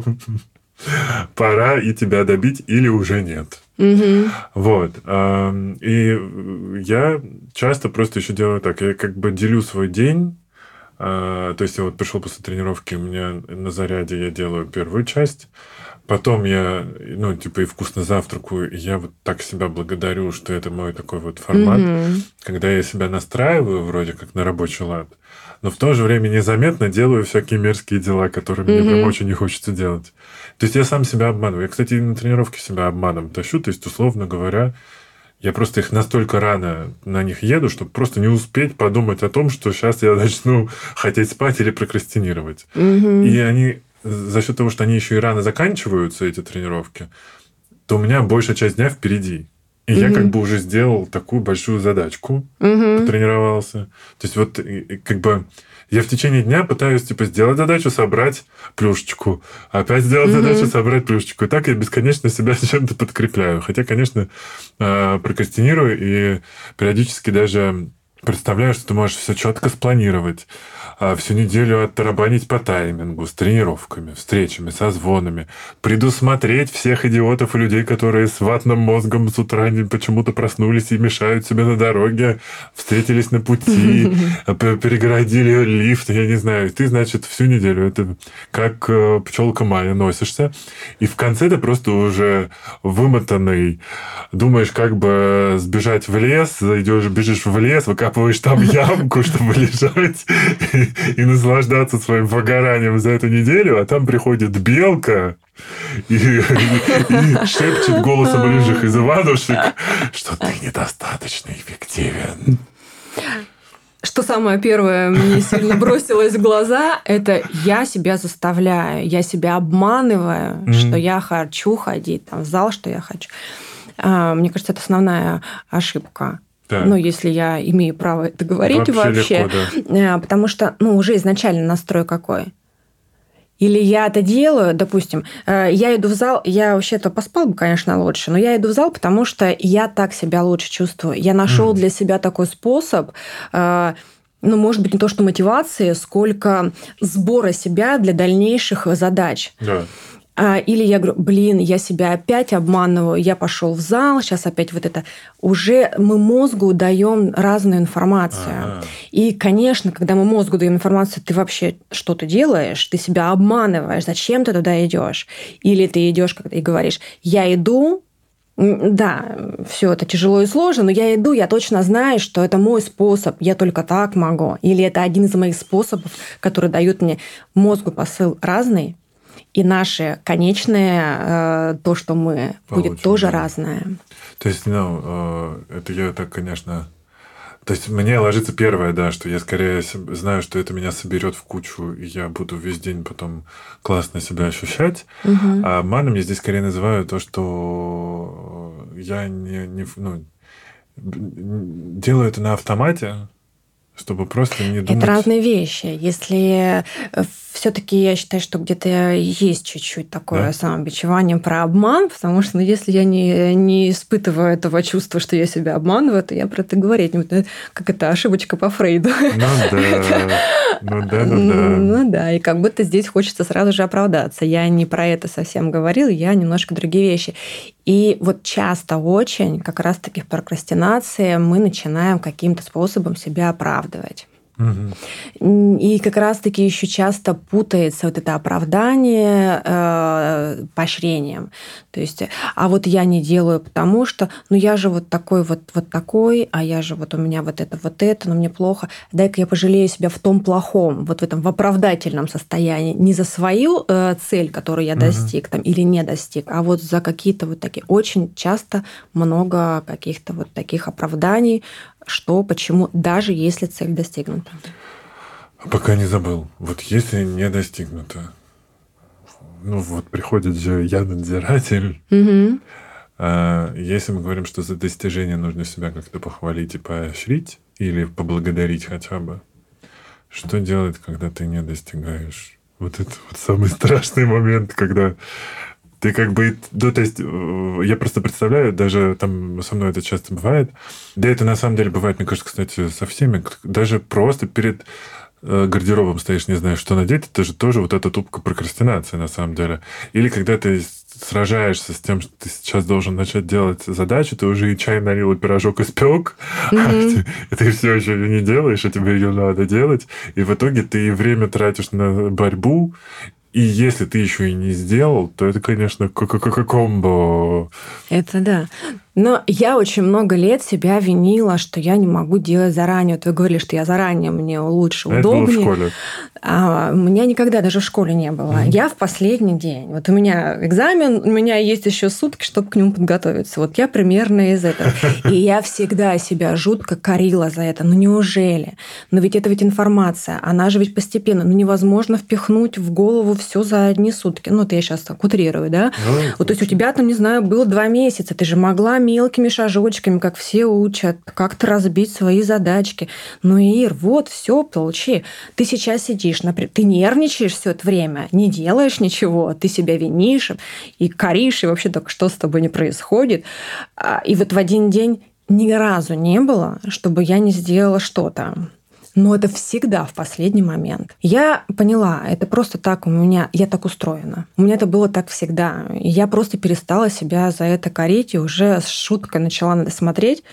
пора и тебя добить или уже нет. Угу. Вот. И я часто просто еще делаю так. Я как бы делю свой день. То есть я вот пришел после тренировки, у меня на заряде я делаю первую часть. Потом я, ну, типа, и вкусно завтракаю, и я вот так себя благодарю, что это мой такой вот формат, mm-hmm. когда я себя настраиваю вроде как на рабочий лад, но в то же время незаметно делаю всякие мерзкие дела, которые mm-hmm. мне прям очень не хочется делать. То есть я сам себя обманываю. Я, кстати, на тренировке себя обманом тащу, то есть, условно говоря, я просто их настолько рано на них еду, чтобы просто не успеть подумать о том, что сейчас я начну хотеть спать или прокрастинировать. Mm-hmm. И они... За счет того, что они еще и рано заканчиваются, эти тренировки, то у меня большая часть дня впереди. И mm-hmm. я как бы уже сделал такую большую задачку, mm-hmm. потренировался. То есть вот как бы я в течение дня пытаюсь типа сделать задачу, собрать плюшечку, опять сделать mm-hmm. задачу, собрать плюшечку. И так я бесконечно себя чем-то подкрепляю. Хотя, конечно, прокрастинирую и периодически даже представляю, что ты можешь все четко спланировать, всю неделю оттарабанить по таймингу, с тренировками, встречами, созвонами, предусмотреть всех идиотов и людей, которые с ватным мозгом с утра почему-то проснулись и мешают себе на дороге, встретились на пути, перегородили лифт, я не знаю. Ты, значит, всю неделю это как пчелка Майя носишься, и в конце ты просто уже вымотанный, думаешь, как бы сбежать в лес, идешь, бежишь в лес, выкапываешь выкапываешь там ямку, чтобы лежать и, и наслаждаться своим выгоранием за эту неделю, а там приходит белка и, и, и шепчет голосом рыжих из Иванушек, что ты недостаточно эффективен. Что самое первое мне сильно бросилось в глаза, это я себя заставляю, я себя обманываю, mm-hmm. что я хочу ходить там, в зал, что я хочу. Мне кажется, это основная ошибка. Да. Ну, если я имею право это говорить вообще. вообще легко, да. Потому что ну, уже изначально настрой какой. Или я это делаю, допустим, я иду в зал, я вообще-то поспал бы, конечно, лучше, но я иду в зал, потому что я так себя лучше чувствую. Я нашел mm. для себя такой способ, ну, может быть, не то что мотивации, сколько сбора себя для дальнейших задач. Да. Или я говорю, блин, я себя опять обманываю, я пошел в зал, сейчас опять вот это. Уже мы мозгу даем разную информацию. Ага. И, конечно, когда мы мозгу даем информацию, ты вообще что-то делаешь, ты себя обманываешь, зачем ты туда идешь? Или ты идешь и говоришь, я иду, да, все это тяжело и сложно, но я иду, я точно знаю, что это мой способ, я только так могу. Или это один из моих способов, который дают мне мозгу посыл разный. И наше конечное, то, что мы, Получим, будет тоже да. разное. То есть, ну, это я так, конечно... То есть, мне ложится первое, да, что я скорее знаю, что это меня соберет в кучу, и я буду весь день потом классно себя ощущать. Угу. А обманом я здесь скорее называю то, что я не, не ну, делаю это на автомате, чтобы просто не думать... Это разные вещи. Если все-таки я считаю, что где-то есть чуть-чуть такое да? самобичевание про обман, потому что ну, если я не, не испытываю этого чувства, что я себя обманываю, то я про это говорить не буду. Как это ошибочка по Фрейду. Ну да. Ну да, ну да. Ну да, и как будто здесь хочется сразу же оправдаться. Я не про это совсем говорила, я немножко другие вещи. И вот часто очень, как раз-таки в прокрастинации, мы начинаем каким-то способом себя оправдывать. Угу. И как раз-таки еще часто путается вот это оправдание э, поощрением. То есть, а вот я не делаю, потому что, ну я же вот такой вот, вот такой, а я же вот у меня вот это, вот это, но мне плохо. Дай-ка я пожалею себя в том плохом, вот в этом в оправдательном состоянии. Не за свою э, цель, которую я достиг там, или не достиг, а вот за какие-то вот такие. Очень часто много каких-то вот таких оправданий, что, почему, даже если цель достигнута. Пока не забыл. Вот если не достигнуто, ну вот приходит же я-надзиратель. Угу. А если мы говорим, что за достижение нужно себя как-то похвалить и поощрить, или поблагодарить хотя бы, что делать, когда ты не достигаешь? Вот это вот самый страшный момент, когда... Ты как бы, ну, то есть, я просто представляю, даже там со мной это часто бывает, да это на самом деле бывает, мне кажется, кстати, со всеми, даже просто перед гардеробом стоишь, не знаешь, что надеть, это же тоже вот эта тупка прокрастинации на самом деле. Или когда ты сражаешься с тем, что ты сейчас должен начать делать задачу, ты уже и чай налил, и пирожок испек, mm-hmm. а ты, ты все еще ее не делаешь, а тебе ее надо делать, и в итоге ты время тратишь на борьбу. И если ты еще и не сделал, то это, конечно, комбо. Это да. Но я очень много лет себя винила, что я не могу делать заранее. Вот вы говорили, что я заранее, мне лучше, а удобнее. Это было в школе. А у меня никогда даже в школе не было. Mm-hmm. Я в последний день. Вот у меня экзамен, у меня есть еще сутки, чтобы к нему подготовиться. Вот я примерно из этого. И я всегда себя жутко корила за это. Ну неужели? Но ведь это ведь информация. Она же ведь постепенно. Ну невозможно впихнуть в голову все за одни сутки. Ну это я сейчас так утрирую, да? Mm-hmm. Вот то есть у тебя там, не знаю, было два месяца. Ты же могла мелкими шажочками, как все учат, как-то разбить свои задачки. Ну, Ир, вот, все, получи. Ты сейчас сидишь, например, ты нервничаешь все это время, не делаешь ничего, ты себя винишь и коришь, и вообще только что с тобой не происходит. И вот в один день ни разу не было, чтобы я не сделала что-то. Но это всегда в последний момент. Я поняла, это просто так у меня, я так устроена. У меня это было так всегда. И я просто перестала себя за это корить и уже с шуткой начала надо смотреть.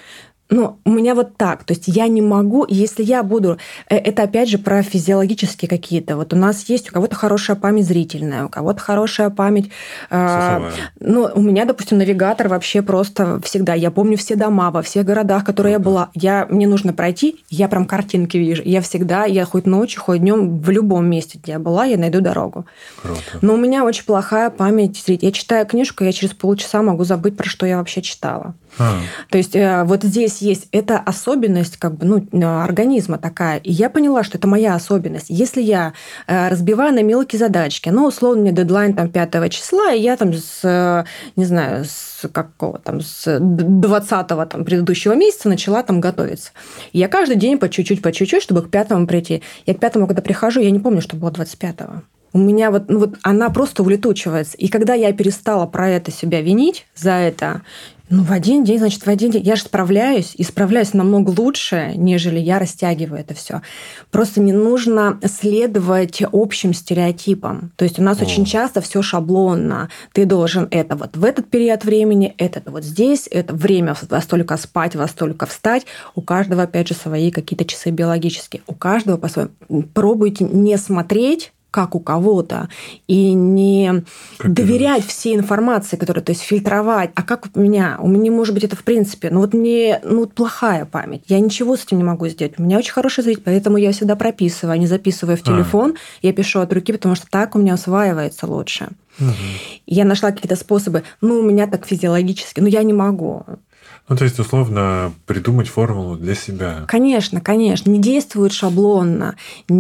Ну, у меня вот так. То есть я не могу, если я буду... Это опять же про физиологические какие-то. Вот у нас есть у кого-то хорошая память зрительная, у кого-то хорошая память... Слуховая. Ну, у меня, допустим, навигатор вообще просто всегда. Я помню все дома во всех городах, в которых я была. Я, мне нужно пройти, я прям картинки вижу. Я всегда, я хоть ночью, хоть днем, в любом месте, где я была, я найду дорогу. Круто. Но у меня очень плохая память зрительная. Я читаю книжку, я через полчаса могу забыть, про что я вообще читала. А. То есть вот здесь есть эта особенность как бы, ну, организма такая. И я поняла, что это моя особенность. Если я разбиваю на мелкие задачки, ну, условно, мне дедлайн там пятого числа, и я там с, не знаю, с какого там, с двадцатого там, предыдущего месяца начала там готовиться. И я каждый день по чуть-чуть, по чуть-чуть, чтобы к пятому прийти. Я к пятому, когда прихожу, я не помню, что было двадцать пятого. У меня вот, ну вот она просто улетучивается. И когда я перестала про это себя винить, за это, ну, в один день, значит, в один день я же справляюсь, и справляюсь намного лучше, нежели я растягиваю это все. Просто не нужно следовать общим стереотипам. То есть у нас О. очень часто все шаблонно. Ты должен это вот в этот период времени, это вот здесь, это время во столько спать, во столько встать. У каждого, опять же, свои какие-то часы биологические. У каждого по-своему. Пробуйте не смотреть, как у кого-то, и не как доверять всей информации, которая, то есть фильтровать. А как у меня? У меня, может быть, это в принципе, ну вот мне ну, плохая память. Я ничего с этим не могу сделать. У меня очень хороший зритель, поэтому я всегда прописываю, а не записываю в телефон. А. Я пишу от руки, потому что так у меня усваивается лучше. Угу. Я нашла какие-то способы. Ну, у меня так физиологически, но я не могу. Ну, то есть, условно, придумать формулу для себя. Конечно, конечно. Не действует шаблонно,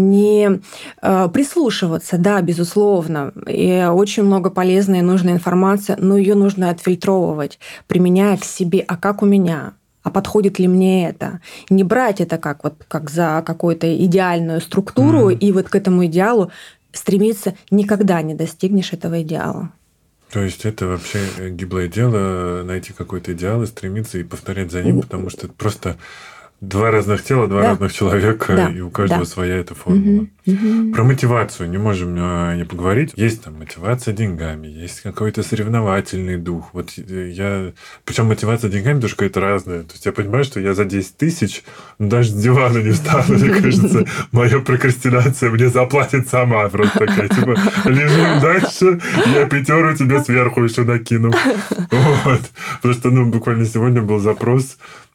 не э, прислушиваться, да, безусловно. И очень много полезной и нужной информации, но ее нужно отфильтровывать, применяя к себе. А как у меня? А подходит ли мне это? Не брать это как, вот, как за какую-то идеальную структуру, mm. и вот к этому идеалу стремиться, никогда не достигнешь этого идеала. То есть это вообще гиблое дело, найти какой-то идеал и стремиться и повторять за ним, потому что это просто два разных тела, два да. разных человека, да. и у каждого да. своя эта формула. Угу. Угу. Про мотивацию не можем не поговорить. Есть там мотивация деньгами, есть какой-то соревновательный дух. Вот я... Причем мотивация деньгами тоже какая-то разная. То есть я понимаю, что я за десять тысяч ну, даже с дивана не встану. Мне кажется, моя прокрастинация мне заплатит сама. Просто такая, типа, лежим дальше, я пятеру тебе сверху еще накину. Вот. Потому что, ну, буквально сегодня был запрос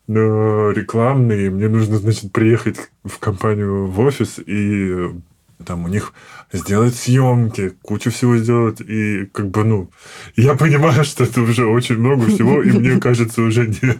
рекламный, мне нужно, значит, приехать в компанию в офис и там у них сделать съемки, кучу всего сделать, и как бы, ну, я понимаю, что это уже очень много всего, и мне кажется, уже нет.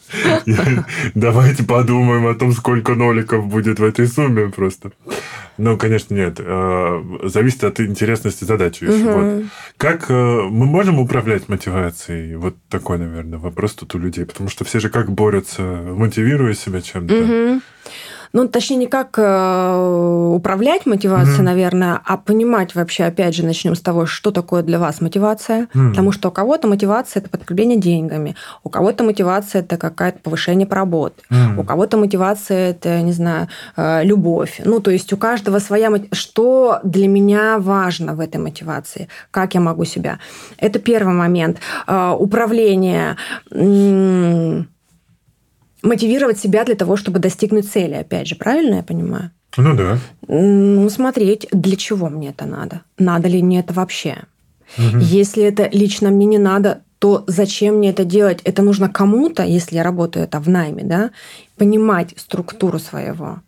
Я, давайте подумаем о том, сколько ноликов будет в этой сумме просто. Ну, конечно, нет. Зависит от интересности задачи. Угу. Вот. Как мы можем управлять мотивацией? Вот такой, наверное, вопрос тут у людей. Потому что все же как борются, мотивируя себя чем-то. Угу. Ну, точнее, не как э, управлять мотивацией, mm-hmm. наверное, а понимать вообще, опять же, начнем с того, что такое для вас мотивация. Mm-hmm. Потому что у кого-то мотивация – это подкрепление деньгами, у кого-то мотивация – это какое-то повышение работы, mm-hmm. у кого-то мотивация – это, не знаю, э, любовь. Ну, то есть у каждого своя мотивация. Что для меня важно в этой мотивации? Как я могу себя? Это первый момент. Э, управление... М- мотивировать себя для того, чтобы достигнуть цели, опять же, правильно я понимаю? Ну да. Ну, смотреть, для чего мне это надо? Надо ли мне это вообще? Угу. Если это лично мне не надо, то зачем мне это делать? Это нужно кому-то, если я работаю это в найме, да, понимать структуру своего.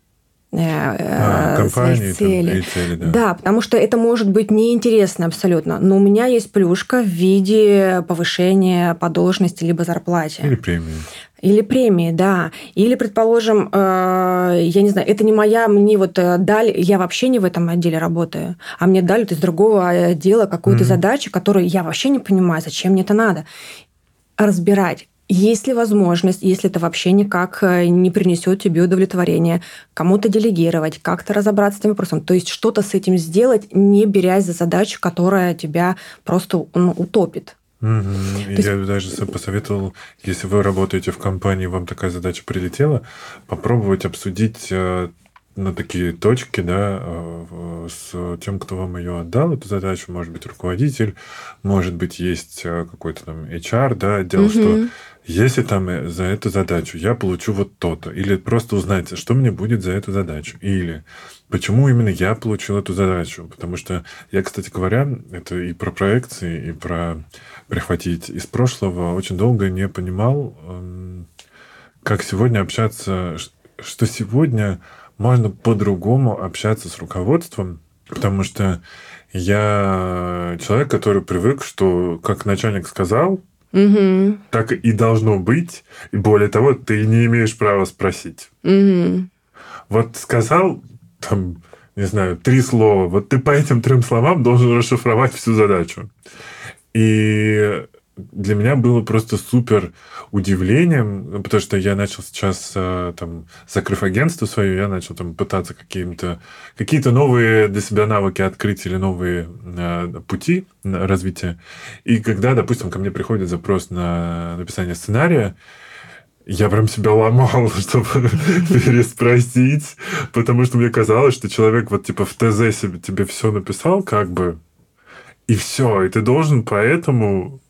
А, компании, цели. Там, и цели, да. Да, потому что это может быть неинтересно абсолютно, но у меня есть плюшка в виде повышения по должности либо зарплате. Или премии. Или премии, да. Или, предположим, э, я не знаю, это не моя, мне вот дали, я вообще не в этом отделе работаю, а мне дали из другого отдела какую-то mm-hmm. задачу, которую я вообще не понимаю, зачем мне это надо. Разбирать. Есть ли возможность, если это вообще никак не принесет тебе удовлетворения, кому-то делегировать, как-то разобраться с этим вопросом. То есть что-то с этим сделать, не берясь за задачу, которая тебя просто ну, утопит. Угу. Я есть... даже посоветовал, если вы работаете в компании, вам такая задача прилетела, попробовать обсудить на такие точки, да, с тем, кто вам ее отдал, эту задачу, может быть, руководитель, может быть, есть какой-то там эйч ар, да, отдел, угу. что если там за эту задачу я получу вот то-то, или просто узнать, что мне будет за эту задачу, или почему именно я получил эту задачу, потому что я, кстати говоря, это и про проекции, и про прихватить из прошлого, очень долго не понимал, как сегодня общаться, что сегодня можно по-другому общаться с руководством, потому что я человек, который привык, что как начальник сказал, угу. так и должно быть. И более того, ты не имеешь права спросить. Угу. Вот сказал, там, не знаю, три слова, вот ты по этим трем словам должен расшифровать всю задачу. И для меня было просто супер удивлением, потому что я начал сейчас, там, закрыв агентство свое, я начал там пытаться какие-то, какие-то новые для себя навыки открыть или новые пути развития. И когда, допустим, ко мне приходит запрос на написание сценария, я прям себя ломал, чтобы переспросить, потому что мне казалось, что человек вот типа в ТЗ себе, тебе все написал, как бы, и все, и ты должен поэтому...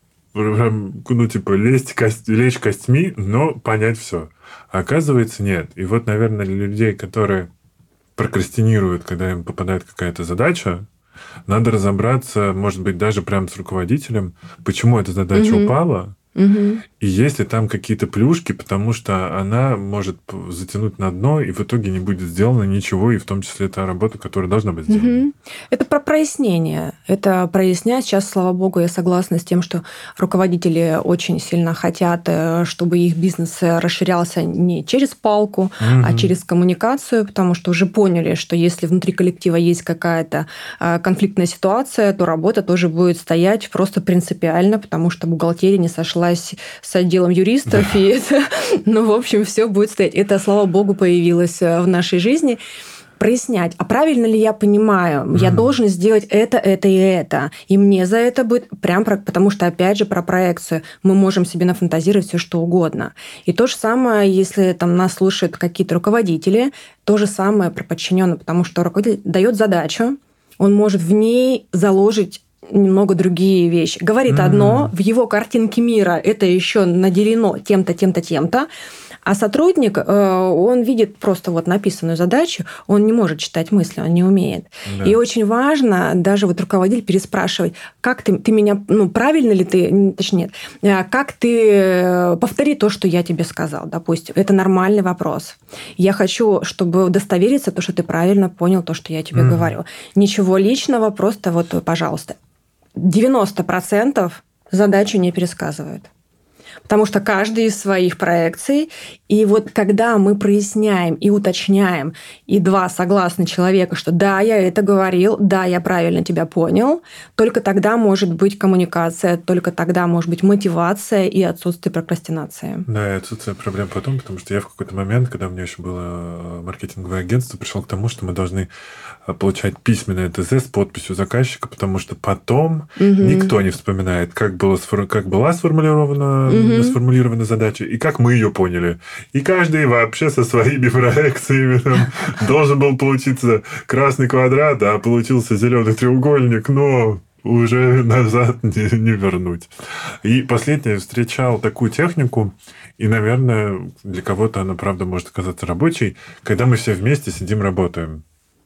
ну, типа, лезть, кость, лечь костьми, но понять все. А оказывается, нет. И вот, наверное, для людей, которые прокрастинируют, когда им попадает какая-то задача, надо разобраться, может быть, даже прямо с руководителем, почему эта задача угу. упала, угу. и есть ли там какие-то плюшки, потому что она может затянуть на дно, и в итоге не будет сделано ничего, и в том числе та работа, которая должна быть сделана. Угу. Это про прояснение. Это прояснять. Сейчас, слава богу, я согласна с тем, что руководители очень сильно хотят, чтобы их бизнес расширялся не через палку, угу. а через коммуникацию, потому что уже поняли, что если внутри коллектива есть какая-то конфликтная ситуация, то работа тоже будет стоять просто принципиально, потому что бухгалтерия не сошлась с отделом юристов, да. и это, ну, в общем, все будет стоять. Это, слава богу, появилось в нашей жизни. Прояснять, а правильно ли я понимаю, mm. я должен сделать это, это и это, и мне за это будет прям, про, потому что, опять же, про проекцию мы можем себе нафантазировать все что угодно. И то же самое, если там нас слушают какие-то руководители, то же самое про подчиненного, потому что руководитель дает задачу, он может в ней заложить немного другие вещи. Говорит mm. одно, в его картинке мира это еще наделено тем-то, тем-то, тем-то, а сотрудник, он видит просто вот написанную задачу, он не может читать мысли, он не умеет. Да. И очень важно даже вот руководитель переспрашивать, как ты, ты меня, ну, правильно ли ты, точнее, как ты, повтори то, что я тебе сказал, допустим. Это нормальный вопрос. Я хочу, чтобы удостовериться, то, что ты правильно понял то, что я тебе mm. говорю. Ничего личного, просто вот, пожалуйста. девяносто процентов задачу не пересказывают. Потому что каждый из своих проекций. И вот когда мы проясняем и уточняем, и два согласны человека, что да, я это говорил, да, я правильно тебя понял, только тогда может быть коммуникация, только тогда может быть мотивация и отсутствие прокрастинации. Да, и отсутствие проблем потом, потому что я в какой-то момент, когда у меня еще было маркетинговое агентство, пришел к тому, что мы должны получать письменное ТЗ с подписью заказчика, потому что потом угу. никто не вспоминает, как, было, как была сформулирована, угу. сформулирована задача и как мы ее поняли. И каждый вообще со своими проекциями там, должен был получиться красный квадрат, а получился зеленый треугольник, но уже назад не, не вернуть. И последнее, встречал такую технику, и, наверное, для кого-то она, правда, может оказаться рабочей, когда мы все вместе сидим, работаем.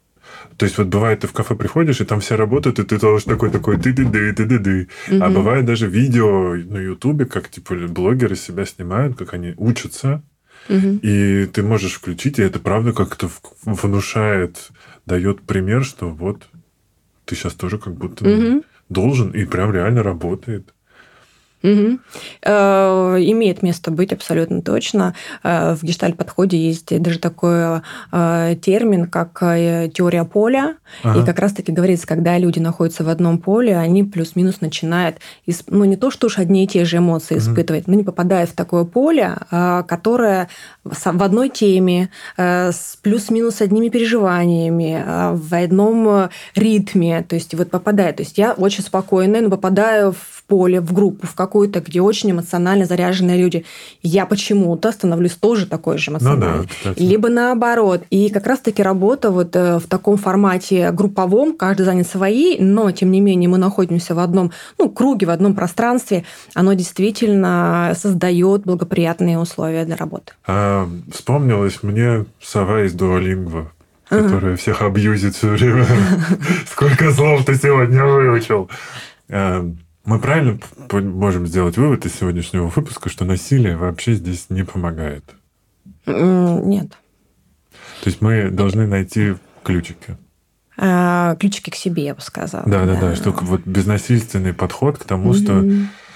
То есть вот бывает, ты в кафе приходишь, и там все работают, и ты тоже такой-такой ты-ды-ды, ты-ды-ды. Угу. А бывает даже видео на Ютубе, как типа блогеры себя снимают, как они учатся. Угу. И ты можешь включить, и это правда как-то внушает, дает пример, что вот ты сейчас тоже как будто угу. должен, и прям реально работает. Угу. Имеет место быть абсолютно точно. В гештальт-подходе есть даже такой термин, как теория поля. Ага. И как раз-таки говорится, когда люди находятся в одном поле, они плюс-минус начинают, ну, не то, что уж одни и те же эмоции угу. испытывать, но они попадают в такое поле, которое в одной теме, с плюс-минус одними переживаниями, в одном ритме. То есть вот попадает. То есть я очень спокойная, но попадаю в поле, в группу, в какую какую-то, где очень эмоционально заряженные люди. Я почему-то становлюсь тоже такой же эмоциональной. Ну да, кстати. Либо наоборот. И как раз-таки работа вот в таком формате групповом, каждый занят своей, но, тем не менее, мы находимся в одном ну, круге, в одном пространстве, оно действительно создает благоприятные условия для работы. А, вспомнилась мне сова из Дуолингво, которая всех абьюзит все время. Сколько слов ты сегодня выучил? Мы правильно можем сделать вывод из сегодняшнего выпуска, что насилие вообще здесь не помогает? Нет. То есть мы должны найти ключики. Ключики к себе, я бы сказала. Да, да, да. Что вот безнасильственный подход к тому, что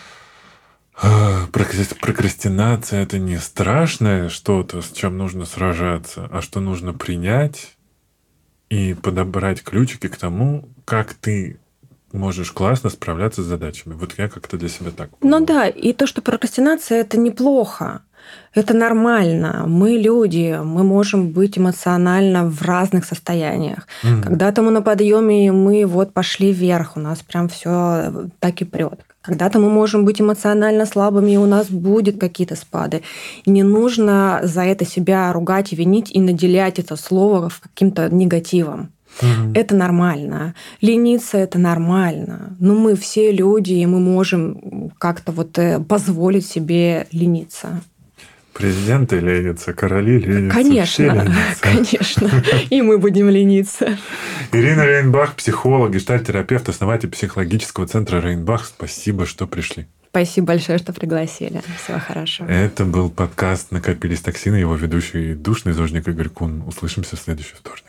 прокрастинация – это не страшное что-то, с чем нужно сражаться, а что нужно принять и подобрать ключики к тому, как ты можешь классно справляться с задачами. Вот я как-то для себя так понял. Ну да, и то, что прокрастинация – это неплохо. Это нормально. Мы люди, мы можем быть эмоционально в разных состояниях. Mm. Когда-то мы на подъеме, и мы вот пошли вверх, у нас прям все так и прет. Когда-то мы можем быть эмоционально слабыми, и у нас будут какие-то спады. И не нужно за это себя ругать и винить, и наделять это слово каким-то негативом. Mm-hmm. Это нормально. Лениться – это нормально. Но мы все люди, и мы можем как-то вот позволить себе лениться. Президенты ленятся, короли ленятся. Конечно, конечно. И мы будем лениться. Ирина Рейнбах, психолог, гештальт-терапевт, основатель психологического центра Рейнбах. Спасибо, что пришли. Спасибо большое, что пригласили. Всего хорошего. Это был подкаст «Накопились токсины». Его ведущий душный зожник Игорь Кун. Услышимся в следующий вторник.